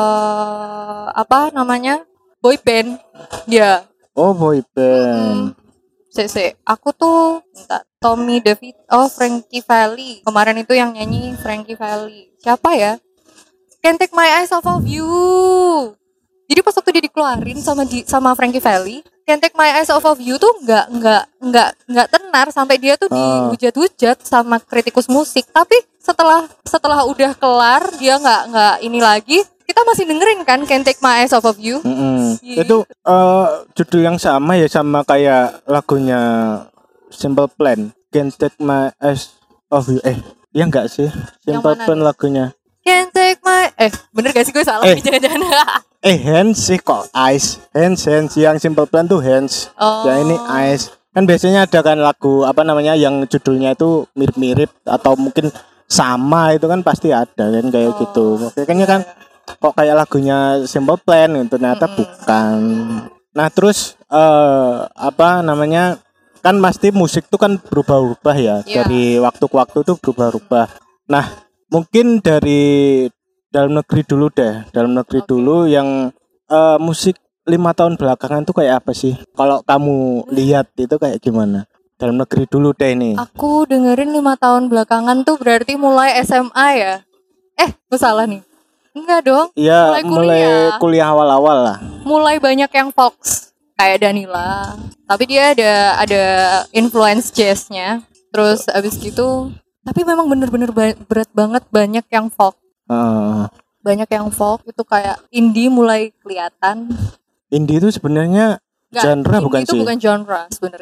S2: uh, apa namanya, boy band. Ya.
S1: Oh boy band.
S2: C C. Aku tuh minta Tommy David, oh Frankie Valli. Kemarin itu yang nyanyi Frankie Valli. Siapa ya? Can't Take My Eyes Off of You. Jadi pas waktu dia dikeluarin sama di, sama Frankie Valli, Can't Take My Eyes Off of You tuh nggak nggak nggak nggak tenar, sampai dia tuh
S1: Ah.
S2: dihujat-hujat sama kritikus musik. Tapi setelah setelah udah kelar dia nggak nggak ini lagi, kita masih dengerin kan Can't Take My Eyes Off of You.
S1: Mm-mm.
S2: Iya.
S1: Itu uh, judul yang sama ya, sama kayak lagunya Simple Plan. Can't Take My Eyes Off You. Eh, ya enggak sih? Simple
S2: mana
S1: Plan
S2: nih?
S1: lagunya.
S2: Can't Take My eh bener gak sih gue salah
S1: Eh.
S2: nih jangan-jangan.
S1: Eh, Hands sih kok. Eyes. Hands, Hands. Yang Simple Plan tuh Hands.
S2: Oh.
S1: Yang ini Eyes. Kan biasanya ada kan lagu apa namanya yang judulnya itu mirip-mirip atau mungkin sama, itu kan pasti ada kan kayak
S2: Oh.
S1: gitu. Kayaknya kan kok kayak lagunya Simple Plan gitu, ternyata
S2: Mm-mm.
S1: bukan. Nah terus eh apa namanya, kan pasti musik tuh kan berubah-ubah ya.
S2: Iya.
S1: Dari waktu ke waktu tuh berubah-ubah. Nah mungkin dari dalam negeri dulu deh, dalam negeri
S2: Oke.
S1: dulu yang eh, musik lima tahun belakangan tuh kayak apa sih? Kalau kamu lihat itu kayak gimana? Dalam negeri dulu deh ini.
S2: Aku dengerin lima tahun belakangan tuh berarti mulai S M A ya. Eh gue salah nih. Enggak dong.
S1: Ya
S2: mulai
S1: mulai
S2: kuliah.
S1: kuliah awal-awal lah.
S2: Mulai banyak yang Fox kayak Danila. Tapi dia ada ada influence jazznya. Terus abis gitu, tapi memang bener-bener ba- berat banget, banyak yang folk.
S1: Eh,
S2: Banyak yang folk itu kayak indie mulai kelihatan.
S1: indie itu sebenarnya
S2: Nggak,
S1: genre
S2: indie
S1: bukan
S2: itu
S1: sih?
S2: bukan genre sebenarnya.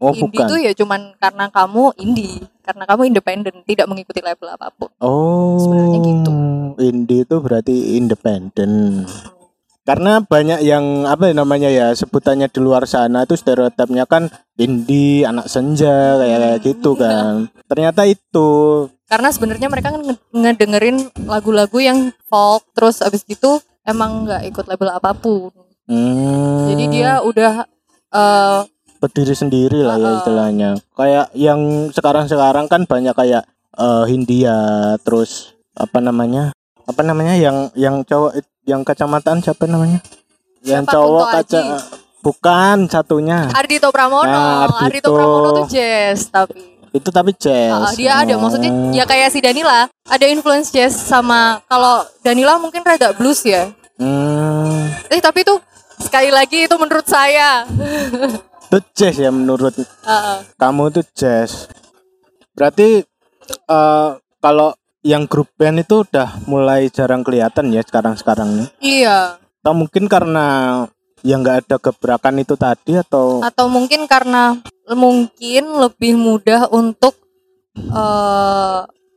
S1: Oh,
S2: indie
S1: bukan.
S2: tuh ya cuman karena kamu indie, karena kamu independen, tidak mengikuti label apapun.
S1: Oh,
S2: Sebenarnya gitu.
S1: indie itu berarti independen. Karena banyak yang apa ya namanya ya sebutannya di luar sana itu stereotipnya kan indie, anak senja kayak kayak gitu kan. Ternyata itu.
S2: Karena sebenarnya mereka kan nge- ngedengerin lagu-lagu yang folk, terus abis gitu emang nggak ikut label apapun.
S1: Hmm,
S2: Jadi dia udah eh,
S1: berdiri sendiri lah ya
S2: Uh-uh.
S1: istilahnya. Kayak yang sekarang-sekarang kan banyak kayak eh, Hindia, terus apa namanya? Apa namanya yang yang cowok it- yang kacamataan siapa namanya? Yang
S2: Siapa?
S1: cowok
S2: Kunto
S1: kaca
S2: Aji?
S1: bukan satunya.
S2: Ardhito Pramono.
S1: Nah,
S2: Ardhito
S1: Ardhito.
S2: Pramono tuh jazz tapi
S1: Itu tapi
S2: uh,
S1: jazz.
S2: dia ada, maksudnya
S1: Oh.
S2: ya kayak si Danila, ada influence jazz sama, kalau Danila mungkin rada blues ya.
S1: Hmm,
S2: Eh tapi tuh sekali lagi itu menurut saya.
S1: itu jazz ya menurut
S2: Uh-uh.
S1: kamu itu jazz. Berarti eh, kalau yang grup band itu udah mulai jarang kelihatan ya sekarang-sekarang nih.
S2: Iya.
S1: Atau mungkin karena yang nggak ada gebrakan itu tadi atau
S2: Atau mungkin karena mungkin lebih mudah untuk eh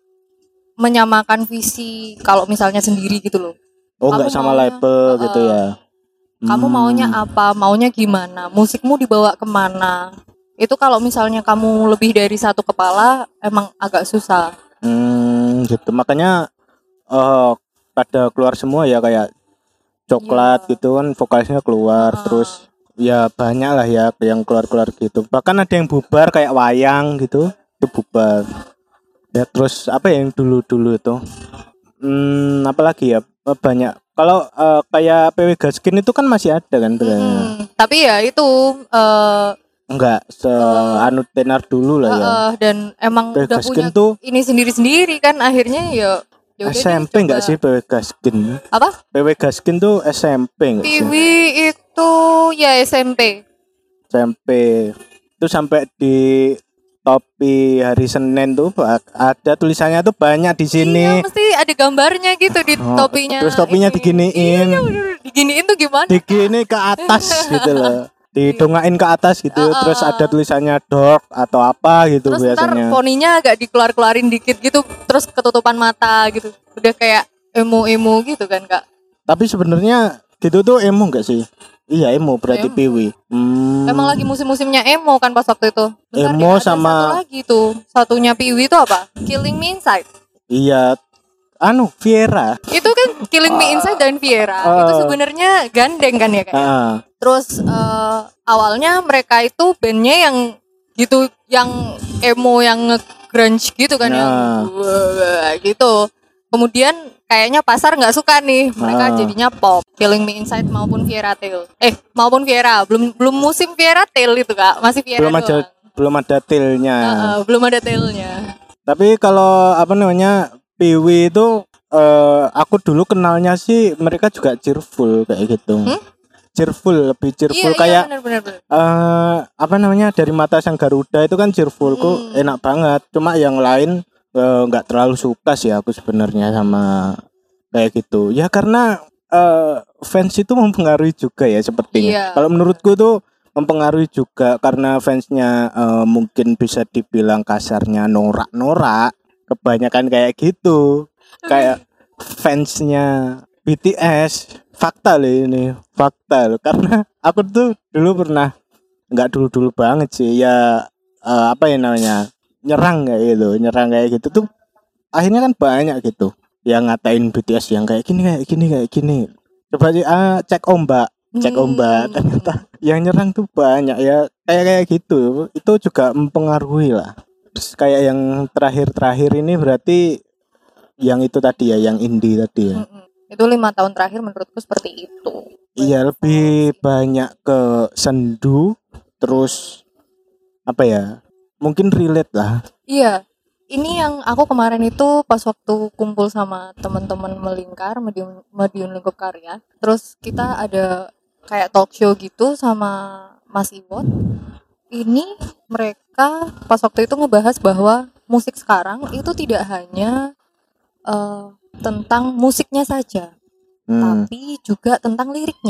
S2: menyamakan visi kalau misalnya sendiri gitu loh.
S1: oh nggak
S2: Kamu
S1: sama
S2: maunya,
S1: label
S2: uh-uh.
S1: gitu ya.
S2: Kamu
S1: Hmm,
S2: maunya apa? Maunya gimana? Musikmu dibawa kemana? Itu kalau misalnya kamu lebih dari satu kepala emang agak susah.
S1: hmm, gitu. Makanya eh pada keluar semua ya kayak coklat
S2: Iya.
S1: gitu kan vokalisnya keluar
S2: Ah.
S1: terus ya banyak lah ya yang keluar-keluar gitu. Bahkan ada yang bubar kayak wayang gitu. Itu bubar. Ya terus apa ya yang dulu-dulu itu? Hmm, apalagi ya Eh, banyak. Kalau eh, kayak P W Gaskin itu kan masih ada kan sebenarnya.
S2: Mm-mm. Tapi ya itu eh
S1: Enggak se
S2: Eh,
S1: anu tenar dulu lah ya.
S2: eh, dan emang
S1: P W
S2: udah
S1: Gaskin
S2: punya
S1: tuh
S2: ini sendiri-sendiri kan akhirnya ya ya udah
S1: S
S2: deh,
S1: M P
S2: coba.
S1: enggak sih P W Gaskin?
S2: Apa?
S1: P W Gaskin tuh S M P enggak sih?
S2: Piwi itu ya S M P.
S1: S M P. Itu sampai di topi hari Senin tuh ba- ada tulisannya tuh banyak di sini.
S2: Iya, mesti ada gambarnya gitu di
S1: Oh,
S2: topinya.
S1: terus topinya
S2: ini.
S1: diginiin.
S2: Iya, bener. Diginiin tuh gimana?
S1: Digini ke atas gitu loh. Didongain ke atas gitu.
S2: Uh-uh.
S1: Terus ada tulisannya dork atau apa gitu
S2: Terus ntar
S1: biasanya.
S2: poninya agak dikeluar-keluarin dikit gitu, terus ketutupan mata gitu. Udah kayak emo-emo gitu kan, Kak.
S1: Tapi sebenarnya gitu tuh emo enggak sih? Iya emo berarti
S2: Emo.
S1: Piwi. Hmm.
S2: Emang lagi musim-musimnya emo kan pas waktu itu. Bentar
S1: Emo
S2: deh, ada
S1: sama-
S2: satu lagi tuh. Satunya Piwi itu apa? Killing Me Inside.
S1: Iya. Anu Viera.
S2: Itu kan Killing Me Inside dan Viera.
S1: Ah.
S2: Itu sebenarnya gandeng kan ya Kak?
S1: Ah.
S2: Terus eh, awalnya mereka itu bandnya yang gitu, yang emo, yang nge-grunge gitu kan, yang
S1: Nah.
S2: wah, gitu. Kemudian kayaknya pasar nggak suka nih, mereka
S1: Ah.
S2: jadinya pop. Killing Me Inside maupun Viera Tail. Eh maupun Viera, belum belum musim Viera Tail itu Kak, masih Viera
S1: Belum
S2: doang.
S1: ada belum ada tilnya.
S2: Heeh, belum ada tailnya.
S1: Tapi kalau apa namanya Piwi itu eh, aku dulu kenalnya sih mereka juga cheerful kayak gitu.
S2: Hmm?
S1: Cheerful, lebih cheerful
S2: Iya,
S1: kayak
S2: iya benar-benar.
S1: eh apa namanya dari Mata Sang Garuda itu kan cheerful kok
S2: Hmm.
S1: enak banget. Cuma yang lain eh, nggak terlalu suka sih aku sebenarnya sama kayak gitu. Ya karena eh, fans itu mempengaruhi juga ya sepertinya.
S2: Iya.
S1: Kalau menurutku tuh mempengaruhi juga karena fansnya eh, mungkin bisa dibilang kasarnya norak-norak. Kebanyakan kayak gitu. Kayak fansnya B T S. Fakta loh ini, fakta loh. Karena aku tuh dulu pernah nggak dulu-dulu banget sih ya eh, apa ya namanya nyerang kayak gitu, nyerang kayak gitu tuh akhirnya kan banyak gitu yang ngatain B T S yang kayak gini kayak gini kayak gini. Coba sih ah, cek ombak, cek
S2: Hmm.
S1: ombak ternyata yang nyerang tuh banyak ya kayak kayak gitu. Itu juga mempengaruhi lah. Terus kayak yang terakhir-terakhir ini berarti yang itu tadi ya, yang indie tadi ya.
S2: Mm-mm. Itu lima tahun terakhir menurutku seperti itu.
S1: Iya lebih banyak ke sendu terus apa ya mungkin relate lah.
S2: Iya, ini yang aku kemarin itu pas waktu kumpul sama teman-teman melingkar medium medium lingkup karya. Terus kita ada kayak talk show gitu sama Mas Iwot. Ini mereka pas waktu itu ngebahas bahwa musik sekarang itu tidak hanya eh, tentang musiknya saja,
S1: Hmm.
S2: tapi juga tentang liriknya.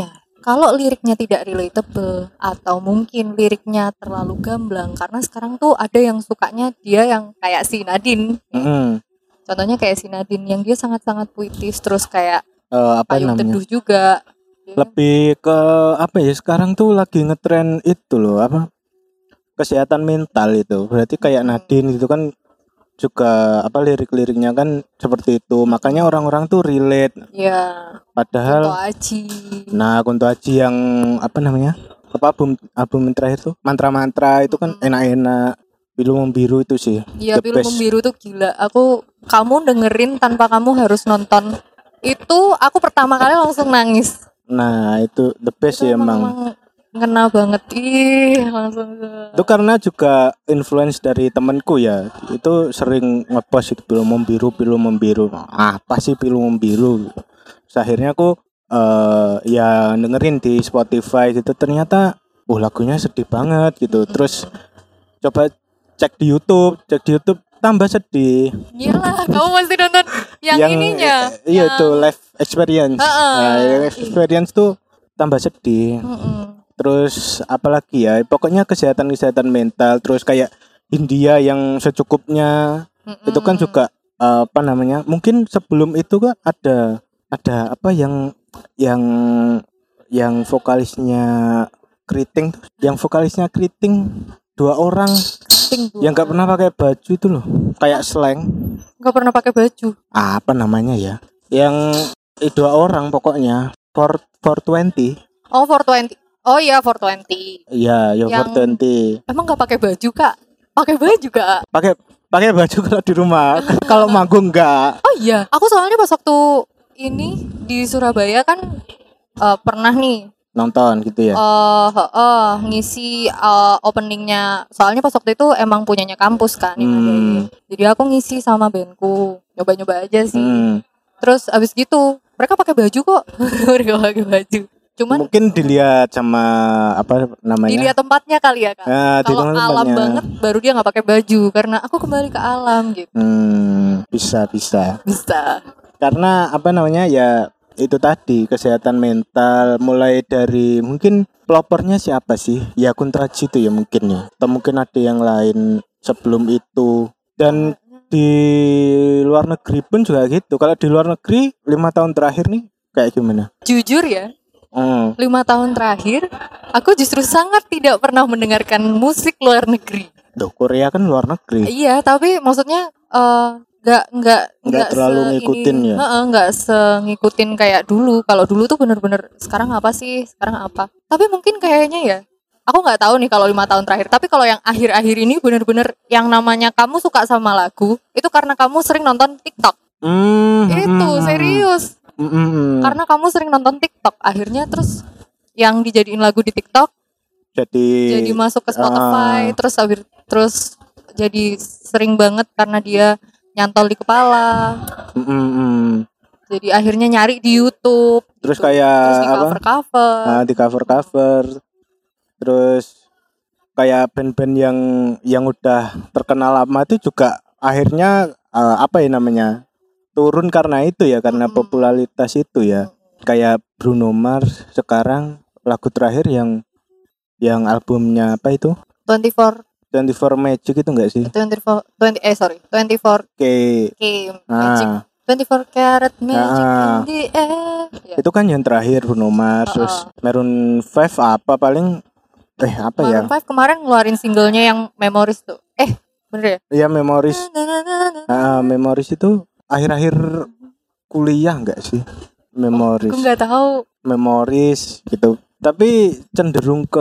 S2: kalau liriknya tidak relatable atau mungkin liriknya terlalu gamblang, karena sekarang tuh ada yang sukanya dia yang kayak si Nadine.
S1: Mm-mm.
S2: Contohnya kayak si Nadine yang dia sangat-sangat puitis, terus kayak
S1: Eh, apa
S2: payung
S1: namanya?
S2: teduh juga. Dia-
S1: Lebih ke apa ya? Sekarang tuh lagi ngetren itu loh, apa? Kesehatan mental itu. Berarti kayak
S2: Hmm.
S1: Nadine itu kan juga apa lirik-liriknya kan seperti itu. Makanya orang-orang tuh relate.
S2: Ya, Kunto
S1: Padahal
S2: Aji.
S1: nah Kunto Aji yang apa namanya? Apa album album yang terakhir tuh? Mantra-mantra itu kan
S2: Mm-mm.
S1: enak-enak. Pilu Membiru itu sih.
S2: Iya,
S1: the
S2: Pilu
S1: best.
S2: Membiru tuh gila. Aku kamu dengerin tanpa kamu harus nonton. Itu aku pertama kali langsung nangis.
S1: Nah, itu the best
S2: Itu
S1: sih
S2: emang,
S1: emang.
S2: emang ngena banget. Ih, langsung
S1: Itu karena juga influence dari temanku ya. Itu sering ngepost itu Pilu Membiru, Pilu Membiru. Apa sih Pilu Membiru? Terus akhirnya aku eh ya dengerin di Spotify gitu, ternyata oh lagunya sedih banget gitu. Terus coba cek di YouTube, cek di YouTube tambah sedih.
S2: Iyalah, kamu mesti nonton yang, ininya.
S1: eh, iya
S2: yang-
S1: tuh live experience.
S2: Heeh.
S1: Nah, yang experience tuh tambah sedih.
S2: Mm-mm.
S1: Terus apalagi ya, pokoknya kesehatan-kesehatan mental. Terus kayak India yang secukupnya
S2: Mm-mm.
S1: itu kan juga eh, apa namanya? Mungkin sebelum itu kan ada ada apa yang yang yang vokalisnya keriting, tuh, yang vokalisnya keriting dua orang
S2: Ting dua
S1: yang nggak pernah pakai baju itu loh, kayak slang.
S2: nggak pernah pakai baju.
S1: Apa namanya ya? Yang eh, dua orang pokoknya for for twenty.
S2: Oh, four twenty. Oh iya, four twenty.
S1: Iya, yo for
S2: Yang-
S1: twenty.
S2: Emang nggak pakai baju, Kak? Pakai baju, Kak?
S1: Pakai pakai baju kalau di rumah. Kalau manggung enggak.
S2: Oh iya, aku soalnya pas waktu ini di Surabaya kan eh, pernah nih
S1: Nonton gitu ya.
S2: eh heeh, ngisi eh, openingnya. Soalnya pas waktu itu emang punyanya kampus kan yang
S1: Hmm.
S2: ngadain. Jadi aku ngisi sama bandku, nyoba-nyoba aja sih.
S1: Hmm.
S2: Terus abis gitu mereka pakai baju kok. Mereka pakai baju. Cuman
S1: Mungkin dilihat sama apa namanya?
S2: dilihat tempatnya kali ya, Kak.
S1: Nah, di
S2: Kalau
S1: tempat
S2: alam
S1: tempatnya.
S2: banget baru dia nggak pakai baju karena aku kembali ke alam gitu.
S1: Hmm, bisa bisa.
S2: Bisa.
S1: Karena apa namanya ya itu tadi kesehatan mental mulai dari mungkin pelopornya siapa sih? Ya Kunto Aji itu ya mungkin ya. Atau mungkin ada yang lain sebelum itu. Dan di luar negeri pun juga gitu. Kalau di luar negeri lima tahun terakhir nih kayak gimana?
S2: Jujur ya,
S1: Hmm.
S2: lima tahun terakhir aku justru sangat tidak pernah mendengarkan musik luar negeri.
S1: Duh, Korea kan luar negeri.
S2: Iya, tapi maksudnya eh, nggak nggak
S1: Nggak terlalu
S2: se-
S1: ngikutin
S2: ini,
S1: ya?
S2: heeh, nggak ngikutin kayak dulu. Kalau dulu tuh bener-bener sekarang apa sih, sekarang apa. Tapi mungkin kayaknya ya, aku nggak tahu nih kalau lima tahun terakhir. Tapi kalau yang akhir-akhir ini bener-bener yang namanya kamu suka sama lagu itu karena kamu sering nonton TikTok.
S1: Hmm,
S2: Itu
S1: hmm,
S2: serius.
S1: hmm, hmm, hmm.
S2: Karena kamu sering nonton TikTok, akhirnya terus yang dijadiin lagu di TikTok
S1: jadi
S2: jadi masuk ke Spotify,
S1: ah.
S2: terus habis terus jadi sering banget karena dia nyantol di kepala.
S1: Hmm, hmm, hmm.
S2: Jadi akhirnya nyari di YouTube.
S1: Terus
S2: gitu.
S1: kayak
S2: terus di
S1: apa?
S2: cover-cover.
S1: Nah, di cover-cover. Terus kayak band-band yang yang udah terkenal lama itu juga akhirnya eh, apa ya namanya? Turun karena itu ya, karena
S2: Mm-mm.
S1: popularitas itu ya. Kayak Bruno Mars sekarang lagu terakhir yang yang albumnya apa itu?
S2: twenty-four
S1: twenty-four Magic itu enggak sih?
S2: twenty-four twenty eh sorry, twenty-four
S1: Oke.
S2: K Magic.
S1: Nah,
S2: twenty-four karat magic
S1: Ah.
S2: in the air. Ya.
S1: itu kan yang terakhir Bruno Mars,
S2: Uh-uh.
S1: terus Maroon five apa paling eh apa ya?
S2: Maroon five kemarin ngeluarin singlenya yang Memories tuh. Eh, bener ya?
S1: Iya Memories.
S2: Na, na, na, na, na.
S1: Ah, Memories itu akhir-akhir kuliah enggak sih? Memories.
S2: Aku nggak tahu.
S1: Memories gitu. Tapi cenderung ke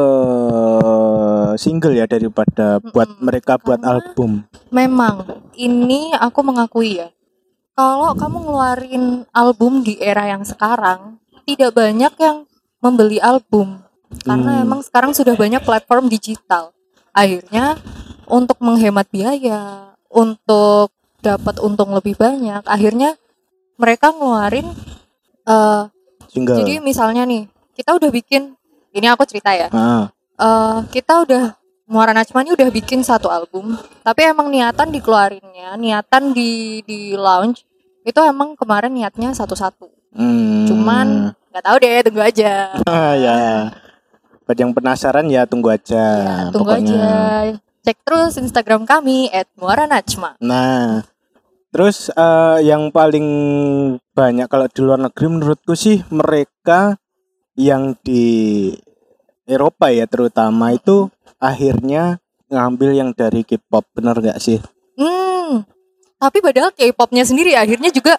S1: single ya daripada buat
S2: Mm-mm.
S1: mereka buat
S2: Karena-
S1: album.
S2: Memang ini aku mengakui ya. Kalau kamu ngeluarin album di era yang sekarang, tidak banyak yang membeli album. Karena
S1: Hmm.
S2: emang sekarang sudah banyak platform digital. Akhirnya untuk menghemat biaya, untuk dapat untung lebih banyak, akhirnya mereka ngeluarin eh,
S1: Single.
S2: jadi misalnya nih, kita udah bikin, ini aku cerita ya.
S1: Ah,
S2: eh kita udah Muara Najwa ini udah bikin satu album, tapi emang niatan dikeluarinnya, niatan di di launch itu emang kemarin niatnya satu-satu.
S1: hmm.
S2: Cuman Nggak tahu deh, tunggu aja.
S1: Ah, ya. Buat yang penasaran ya tunggu aja.
S2: Ya, tunggu
S1: pokoknya.
S2: aja. Cek terus Instagram kami et muara najma.
S1: Nah, terus uh, yang paling banyak kalau di luar negeri menurutku sih mereka yang di Eropa ya terutama itu akhirnya ngambil yang dari K-pop, benar gak sih?
S2: Hmm, tapi padahal K-popnya sendiri akhirnya juga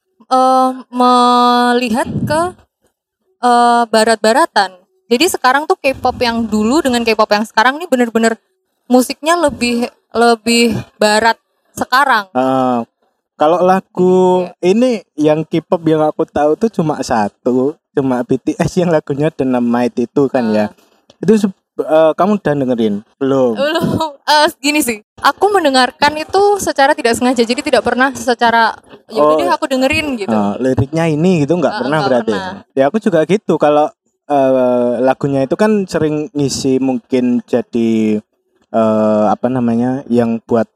S2: uh, melihat ke uh, barat-baratan. Jadi sekarang tuh K-pop yang dulu dengan K-pop yang sekarang ini benar-benar musiknya lebih lebih barat sekarang.
S1: Uh, kalau lagu ini yang K-pop yang aku tahu tuh cuma satu, cuma B T S yang lagunya Dynamite itu kan uh. ya. Itu uh, kamu udah dengerin belum?
S2: Belum. Uh, gini sih, aku mendengarkan itu secara tidak sengaja, jadi tidak pernah secara ya udah oh, deh aku dengerin gitu.
S1: Uh, liriknya ini gitu nggak uh, pernah gak berarti. Pernah. Ya aku juga gitu kalau uh, lagunya itu kan sering ngisi mungkin jadi uh, apa namanya yang buat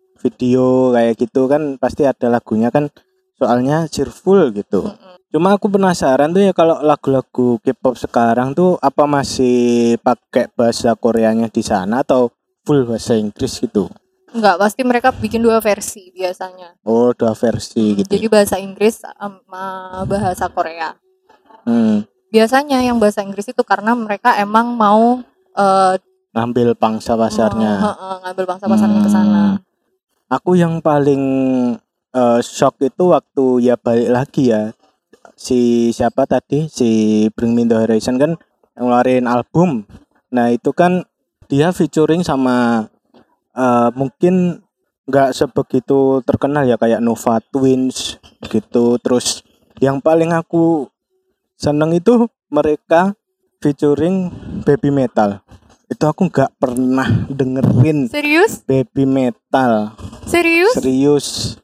S1: video kayak gitu kan pasti ada lagunya kan soalnya cheerful gitu. Mm-mm. Cuma aku penasaran tuh ya kalau lagu-lagu K-pop sekarang tuh apa masih pakai bahasa Koreanya di sana atau full bahasa Inggris gitu?
S2: Enggak, pasti mereka bikin dua versi biasanya.
S1: Oh, dua versi hmm, gitu.
S2: Jadi bahasa Inggris sama bahasa Korea.
S1: Hmm.
S2: Biasanya yang bahasa Inggris itu karena mereka emang mau uh,
S1: ngambil pangsa pasarnya.
S2: Uh, uh, uh, ngambil pangsa pasarnya hmm. ke sana.
S1: Aku yang paling uh, shock itu waktu ya balik lagi ya. Si siapa tadi si Bring Me The Horizon kan ngeluarin album. Nah itu kan dia featuring sama uh, mungkin nggak sebegitu terkenal ya kayak Nova Twins gitu. Terus yang paling aku seneng itu mereka featuring Baby Metal. Itu aku nggak pernah dengerin.
S2: Serius?
S1: Baby Metal.
S2: Serius?
S1: Serius.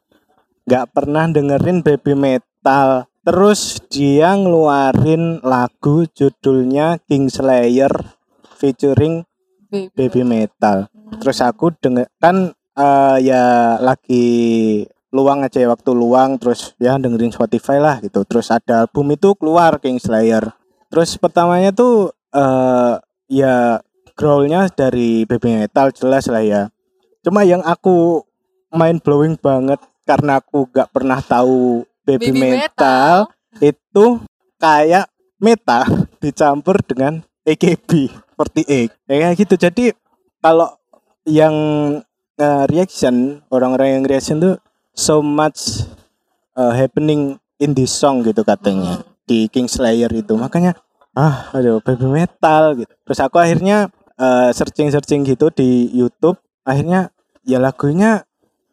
S1: Nggak pernah dengerin Baby Metal. Terus dia ngeluarin lagu judulnya Kingslayer featuring Baby, Baby Metal. Terus aku denger kan uh, ya lagi luang aja ya waktu luang terus ya dengerin Spotify lah gitu. Terus ada album itu keluar Kingslayer. Terus pertamanya tuh uh, ya growlnya dari Baby Metal jelas lah ya. Cuma yang aku mind blowing banget karena aku gak pernah tahu Baby, Baby metal, metal itu kayak Meta dicampur dengan A K B empat delapan ya kayak gitu. Jadi kalau yang uh, reaction orang-orang yang reaction tuh so much uh, happening in this song gitu katanya hmm. di Kingslayer itu. Makanya ah aduh Baby Metal gitu. Terus aku akhirnya uh, searching-searching gitu di YouTube. Akhirnya ya lagunya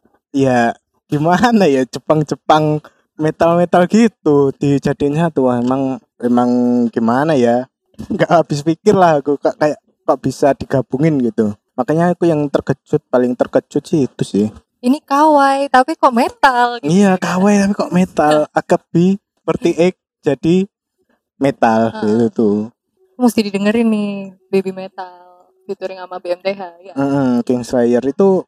S1: ya gimana ya Jepang-Jepang metal-metal gitu dijadiinnya tuh emang emang gimana ya nggak habis pikir lah aku kayak kok bisa digabungin gitu. Makanya aku yang terkejut paling terkejut sih itu sih
S2: ini kawaii tapi kok metal gitu.
S1: Iya kawaii tapi kok metal A K B seperti X jadi metal uh, gitu tuh
S2: mesti didengerin nih Baby Metal featuring sama B M T H ya.
S1: mm, Kingslayer itu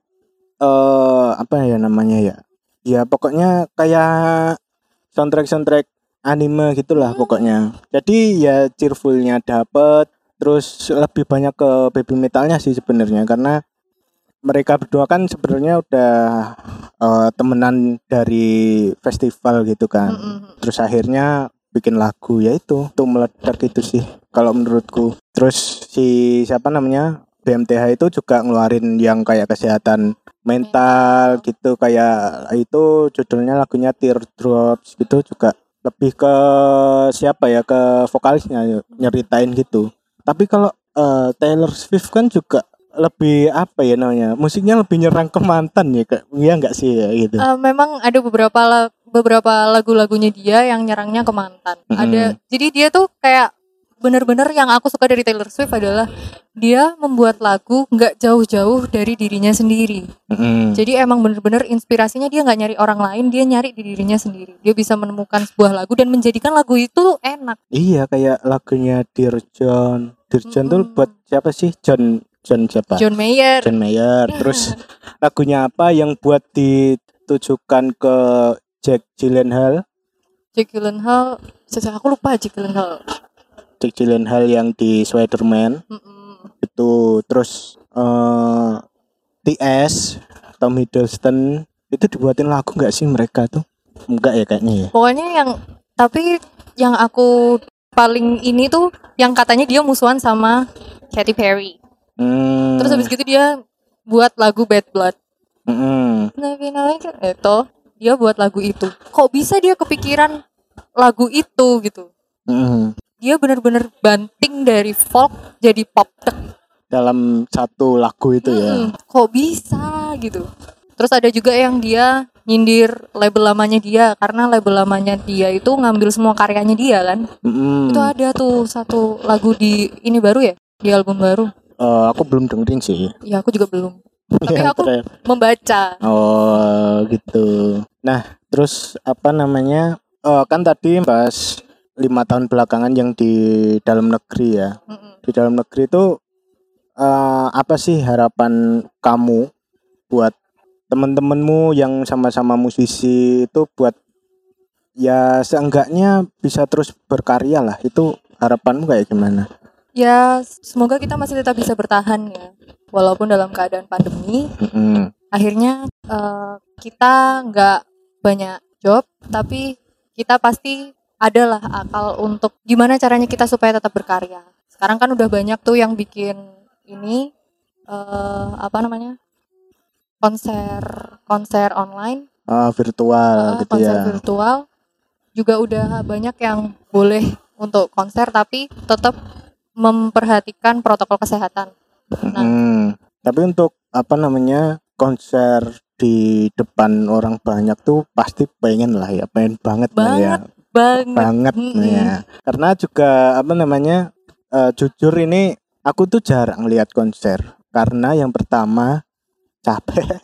S1: uh, apa ya namanya ya ya pokoknya kayak soundtrack-soundtrack anime gitulah hmm. pokoknya. Jadi ya cheerfulnya dapet, terus lebih banyak ke Baby Metalnya sih sebenarnya karena mereka berdua kan sebenarnya udah uh, temenan dari festival gitu kan. Hmm. Terus akhirnya bikin lagu ya itu tuh meledak itu sih kalau menurutku. Terus si siapa namanya B M T H itu juga ngeluarin yang kayak kesehatan mental gitu kayak itu judulnya lagunya Teardrops gitu juga lebih ke siapa ya ke vokalisnya nyeritain gitu. Tapi kalau uh, Taylor Swift kan juga lebih apa ya namanya musiknya lebih nyerang ke mantan ya kayak ya nggak sih ya gitu.
S2: Uh, memang ada beberapa la- beberapa lagu-lagunya dia yang nyerangnya ke mantan. Mm-hmm. Ada jadi dia tuh kayak benar-benar yang aku suka dari Taylor Swift adalah dia membuat lagu nggak jauh-jauh dari dirinya sendiri. Mm-hmm. Jadi emang benar-benar inspirasinya dia nggak nyari orang lain, dia nyari di dirinya sendiri. Dia bisa menemukan sebuah lagu dan menjadikan lagu itu enak.
S1: Iya kayak lagunya Dear John. Dear John mm-hmm. tuh buat siapa sih? John John siapa?
S2: John Mayer.
S1: John Mayer. Terus lagunya apa yang buat ditujukan ke Jack Gyllenhaal?
S2: Jake Gyllenhaal, sejak aku lupa Jake Gyllenhaal.
S1: Jake Gyllenhaal yang di Spider-Man.
S2: Mm-mm.
S1: Itu terus uh, T S Tom Hiddleston itu dibuatin lagu nggak sih mereka tuh? Enggak ya kayaknya ya.
S2: Pokoknya yang tapi yang aku paling ini tuh yang katanya dia musuhan sama Katy Perry.
S1: Hmm.
S2: Terus habis gitu dia buat lagu Bad Blood.
S1: Mm-mm.
S2: Nah, finalnya kan itu dia buat lagu itu. Kok bisa dia kepikiran lagu itu gitu?
S1: Mm-mm.
S2: Dia benar-benar banting dari folk jadi pop
S1: dalam satu lagu itu
S2: hmm,
S1: ya.
S2: Kok bisa gitu? Terus ada juga yang dia nyindir label lamanya dia karena label lamanya dia itu ngambil semua karyanya dia kan.
S1: Mm-mm.
S2: Itu ada tuh satu lagu di ini baru ya, di album baru.
S1: Uh, aku belum dengerin sih.
S2: Ya aku juga belum. Tapi
S1: Ya,
S2: aku
S1: terus.
S2: membaca.
S1: Oh gitu. Nah terus apa namanya? Oh, kan tadi bahas lima tahun belakangan yang di dalam negeri ya.
S2: Mm-mm.
S1: Di dalam negeri itu uh, apa sih harapan kamu buat teman-temanmu yang sama-sama musisi itu buat ya seenggaknya bisa terus berkarya lah, itu harapanmu kayak gimana?
S2: Ya semoga kita masih tetap bisa bertahan ya walaupun dalam keadaan pandemi.
S1: Mm-hmm.
S2: Akhirnya uh, kita nggak banyak job tapi kita pasti adalah akal untuk gimana caranya kita supaya tetap berkarya. Sekarang kan udah banyak tuh yang bikin ini uh, apa namanya konser konser online,
S1: uh, virtual
S2: uh,
S1: gitu
S2: konser
S1: ya.
S2: virtual juga udah banyak yang boleh untuk konser tapi tetap memperhatikan protokol kesehatan. Nah,
S1: hmm. tapi untuk apa namanya konser di depan orang banyak tuh pasti pengen lah ya, pengen banget,
S2: banget
S1: lah ya,
S2: banget
S1: banget
S2: mm-hmm.
S1: lah ya. Karena juga apa namanya uh, jujur ini aku tuh jarang lihat konser karena yang pertama capek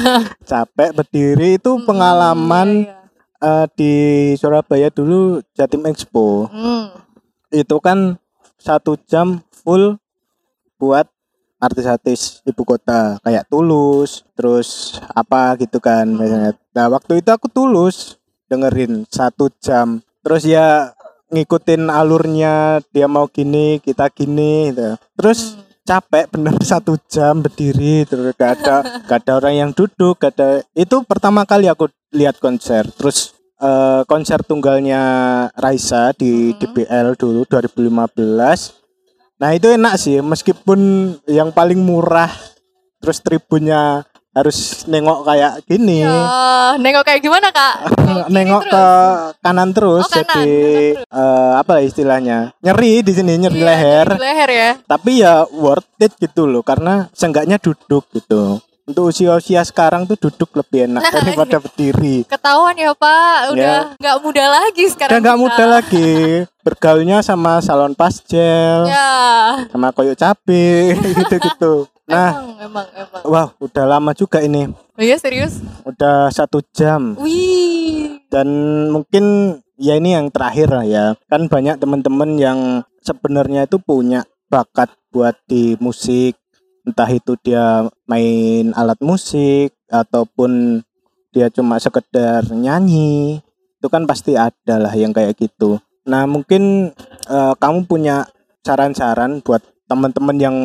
S1: capek berdiri itu pengalaman.
S2: Mm, iya, iya.
S1: Uh, di Surabaya dulu Jatim Expo
S2: mm.
S1: itu kan satu jam full buat artis-artis ibu kota kayak Tulus terus apa gitu kan misalnya. Nah waktu itu aku Tulus dengerin satu jam terus ya ngikutin alurnya, dia mau gini kita gini gitu. Terus mm. capek bener satu jam berdiri terus gak ada gak ada orang yang duduk, gak ada. Itu pertama kali aku lihat konser. Terus uh, konser tunggalnya Raisa di mm-hmm. D B L dulu dua ribu lima belas. Nah itu enak sih meskipun yang paling murah. Terus tribunnya harus nengok kayak gini.
S2: Ya, nengok kayak gimana kak?
S1: Nengok
S2: terus.
S1: ke kanan terus,
S2: oh, kanan,
S1: jadi
S2: kanan terus.
S1: Uh, apa istilahnya nyeri di sini nyeri
S2: iya,
S1: leher.
S2: Nyeri leher ya.
S1: Tapi ya worth it gitu loh karena seenggaknya duduk gitu. Untuk usia-usia sekarang tuh duduk lebih enak daripada berdiri.
S2: Ketahuan ya Pak, udah nggak ya. muda lagi sekarang.
S1: Udah nggak muda lagi, bergaulnya sama salon pastel,
S2: ya.
S1: sama koyok cabe, gitu-gitu. Nah,
S2: emang, emang, emang.
S1: Wah, udah lama juga ini.
S2: Oh iya serius?
S1: Udah satu jam.
S2: Wih.
S1: Dan mungkin ya ini yang terakhir lah ya. Kan banyak teman-teman yang sebenarnya itu punya bakat buat di musik. Entah itu dia main alat musik ataupun dia cuma sekedar nyanyi, itu kan pasti ada lah yang kayak gitu. Nah mungkin uh, kamu punya saran-saran buat teman-teman yang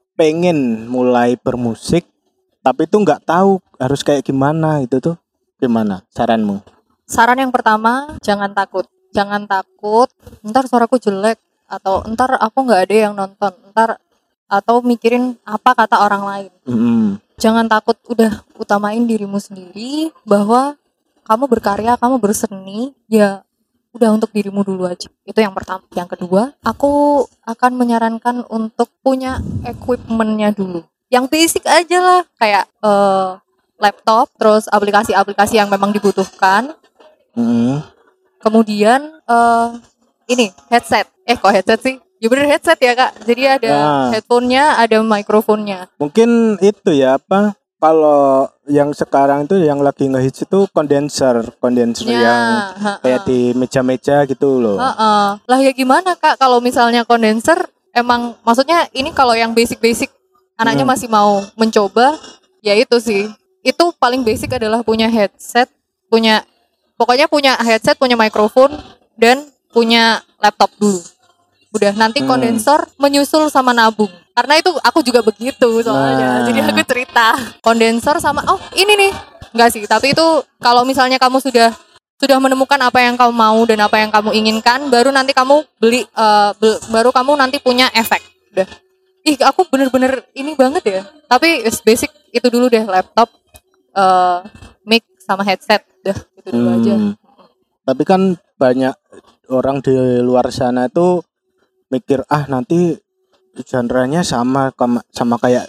S1: pengen mulai bermusik tapi itu nggak tahu harus kayak gimana, itu tuh gimana saranmu?
S2: Saran yang pertama, jangan takut, jangan takut. Ntar suaraku jelek atau ntar aku nggak ada yang nonton, ntar atau mikirin apa kata orang lain. Mm-hmm. Jangan takut, udah utamain dirimu sendiri bahwa kamu berkarya, kamu berseni, ya udah untuk dirimu dulu aja. Itu yang pertama. Yang kedua, aku akan menyarankan untuk punya equipment-nya dulu. Yang basic aja lah, kayak uh, laptop, terus aplikasi-aplikasi yang memang dibutuhkan. Mm-hmm. Kemudian uh, ini headset. Eh kok headset sih? Ya bener headset ya kak, jadi ada nah, headphone-nya, ada mikrofonnya.
S1: Mungkin itu ya apa, kalau yang sekarang itu yang lagi ngehits itu kondenser, kondenser ya, yang ha-ha. kayak di meja-meja gitu loh.
S2: Ha-ha. Lah ya gimana kak, kalau misalnya kondenser, emang maksudnya ini kalau yang basic-basic, anaknya hmm. masih mau mencoba, ya itu sih. Itu paling basic adalah punya headset, punya pokoknya punya headset, punya mikrofon, dan punya laptop dulu. Udah nanti
S1: Hmm.
S2: kondensor menyusul sama nabung. Karena itu aku juga begitu soalnya.
S1: Nah.
S2: Jadi aku cerita kondensor sama oh ini nih. Enggak sih, tapi itu kalau misalnya kamu sudah sudah menemukan apa yang kamu mau dan apa yang kamu inginkan, baru nanti kamu beli uh, be- baru kamu nanti punya efek. Udah. Ih, aku bener-bener ini banget ya. Tapi basic itu dulu deh, laptop, uh, mic sama headset. Udah, itu dulu
S1: Hmm.
S2: aja.
S1: Tapi kan banyak orang di luar sana itu mikir ah nanti genre-nya sama sama, sama kayak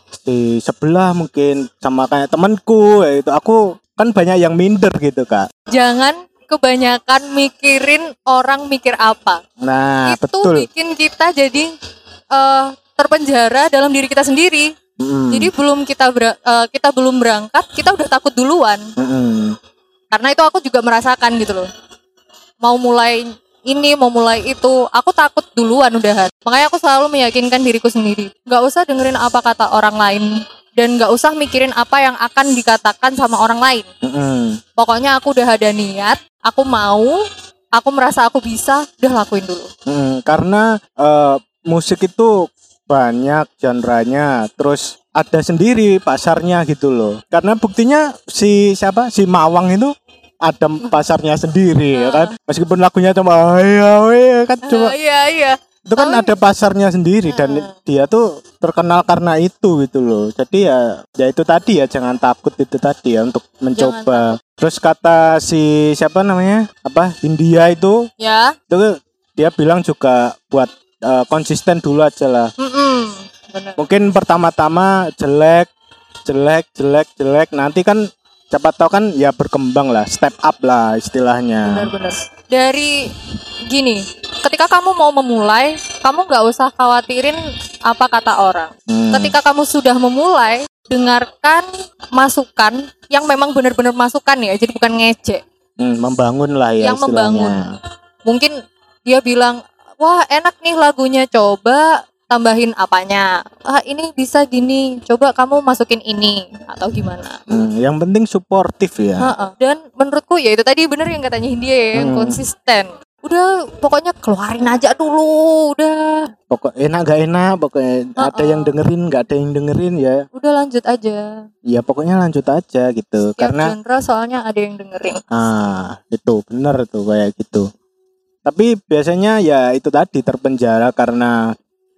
S1: di sebelah mungkin sama kayak temanku ya itu aku kan banyak yang minder gitu Kak.
S2: Jangan kebanyakan mikirin orang mikir apa.
S1: Nah
S2: Itu
S1: betul.
S2: bikin kita jadi uh, terpenjara dalam diri kita sendiri.
S1: Mm-mm.
S2: Jadi belum kita ber- uh, kita belum berangkat, kita udah takut duluan.
S1: Mm-mm.
S2: Karena itu aku juga merasakan gitu loh. Mau mulai ini, mau mulai itu, aku takut duluan udahan. Makanya aku selalu meyakinkan diriku sendiri. Gak usah dengerin apa kata orang lain. Dan gak usah mikirin apa yang akan dikatakan sama orang lain.
S1: Mm-mm.
S2: Pokoknya aku udah ada niat, aku mau, aku merasa aku bisa, udah lakuin dulu.
S1: Mm, karena eh, musik itu banyak genre-nya, terus ada sendiri pasarnya gitu loh. Karena buktinya si siapa si Mawang itu ada pasarnya sendiri ya kan. Meskipun lagunya cuma ayo ayo kan cuma
S2: Uh, iya iya.
S1: itu kan
S2: Tapi-
S1: ada pasarnya sendiri dan
S2: Hmm.
S1: dia tuh terkenal karena itu gitu loh. Jadi ya ya itu tadi ya jangan takut itu tadi ya untuk mencoba. Terus kata si siapa namanya? Apa? India itu
S2: Ya.
S1: itu dia bilang juga buat eh, konsisten dulu aja lah.
S2: Mm-mm. Bener.
S1: Mungkin pertama-tama jelek, jelek, jelek, jelek. Nanti kan siapa tahu kan ya berkembang lah, step up lah istilahnya.
S2: Benar-benar. Dari gini, ketika kamu mau memulai, kamu nggak usah khawatirin apa kata orang.
S1: Hmm.
S2: Ketika kamu sudah memulai, dengarkan masukan yang memang benar-benar masukan ya, jadi bukan ngejek.
S1: Hmm, membangun lah ya
S2: Yang
S1: istilahnya.
S2: membangun. Mungkin dia bilang, wah enak nih lagunya, coba tambahin apanya. Ah ini bisa gini, coba kamu masukin ini atau gimana.
S1: Hmm, yang penting suportif ya.
S2: Ha-ha. Dan menurutku ya itu tadi bener yang katanya Hindia ya, yang
S1: Hmm.
S2: konsisten. Udah pokoknya keluarin aja dulu, udah
S1: Pokok enak gak enak, pokoknya ada
S2: Uh-uh.
S1: yang dengerin, gak ada yang dengerin ya.
S2: udah lanjut aja.
S1: Ya pokoknya lanjut aja gitu.
S2: Setiap
S1: Karena
S2: genre soalnya ada yang dengerin.
S1: ah itu bener tuh kayak gitu. Tapi biasanya ya itu tadi terpenjara karena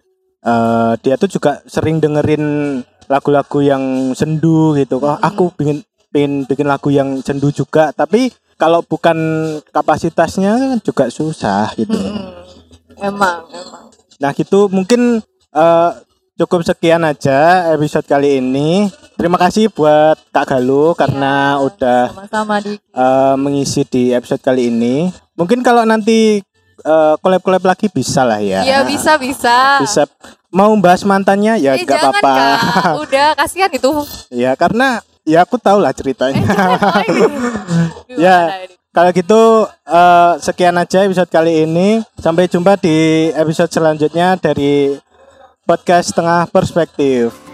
S1: eh, dia tuh juga sering dengerin lagu-lagu yang sendu gitu. Oh,
S2: Hmm.
S1: aku bikin bikin bikin lagu yang sendu juga, tapi kalau bukan kapasitasnya kan juga susah gitu.
S2: Mm-mm. Emang, emang.
S1: Nah gitu mungkin eh, cukup sekian aja episode kali ini. Terima kasih buat Kak Galuh karena
S2: Ya,
S1: udah
S2: sama-sama Dwiki.
S1: eh, mengisi di episode kali ini. Mungkin kalau nanti eh, collab-collab lagi bisa lah ya.
S2: Iya bisa bisa.
S1: Bisa mau bahas mantannya ya
S2: Eh,
S1: gak
S2: jangan,
S1: apa-apa.
S2: Kak. Udah kasihan itu.
S1: Ya karena ya aku tahu lah ceritanya.
S2: Eh, jangan, Boy.
S1: Ya.
S2: Gimana ini?
S1: Kalau gitu eh, sekian aja episode kali ini. Sampai jumpa di episode selanjutnya dari podcast Tengah Perspektif.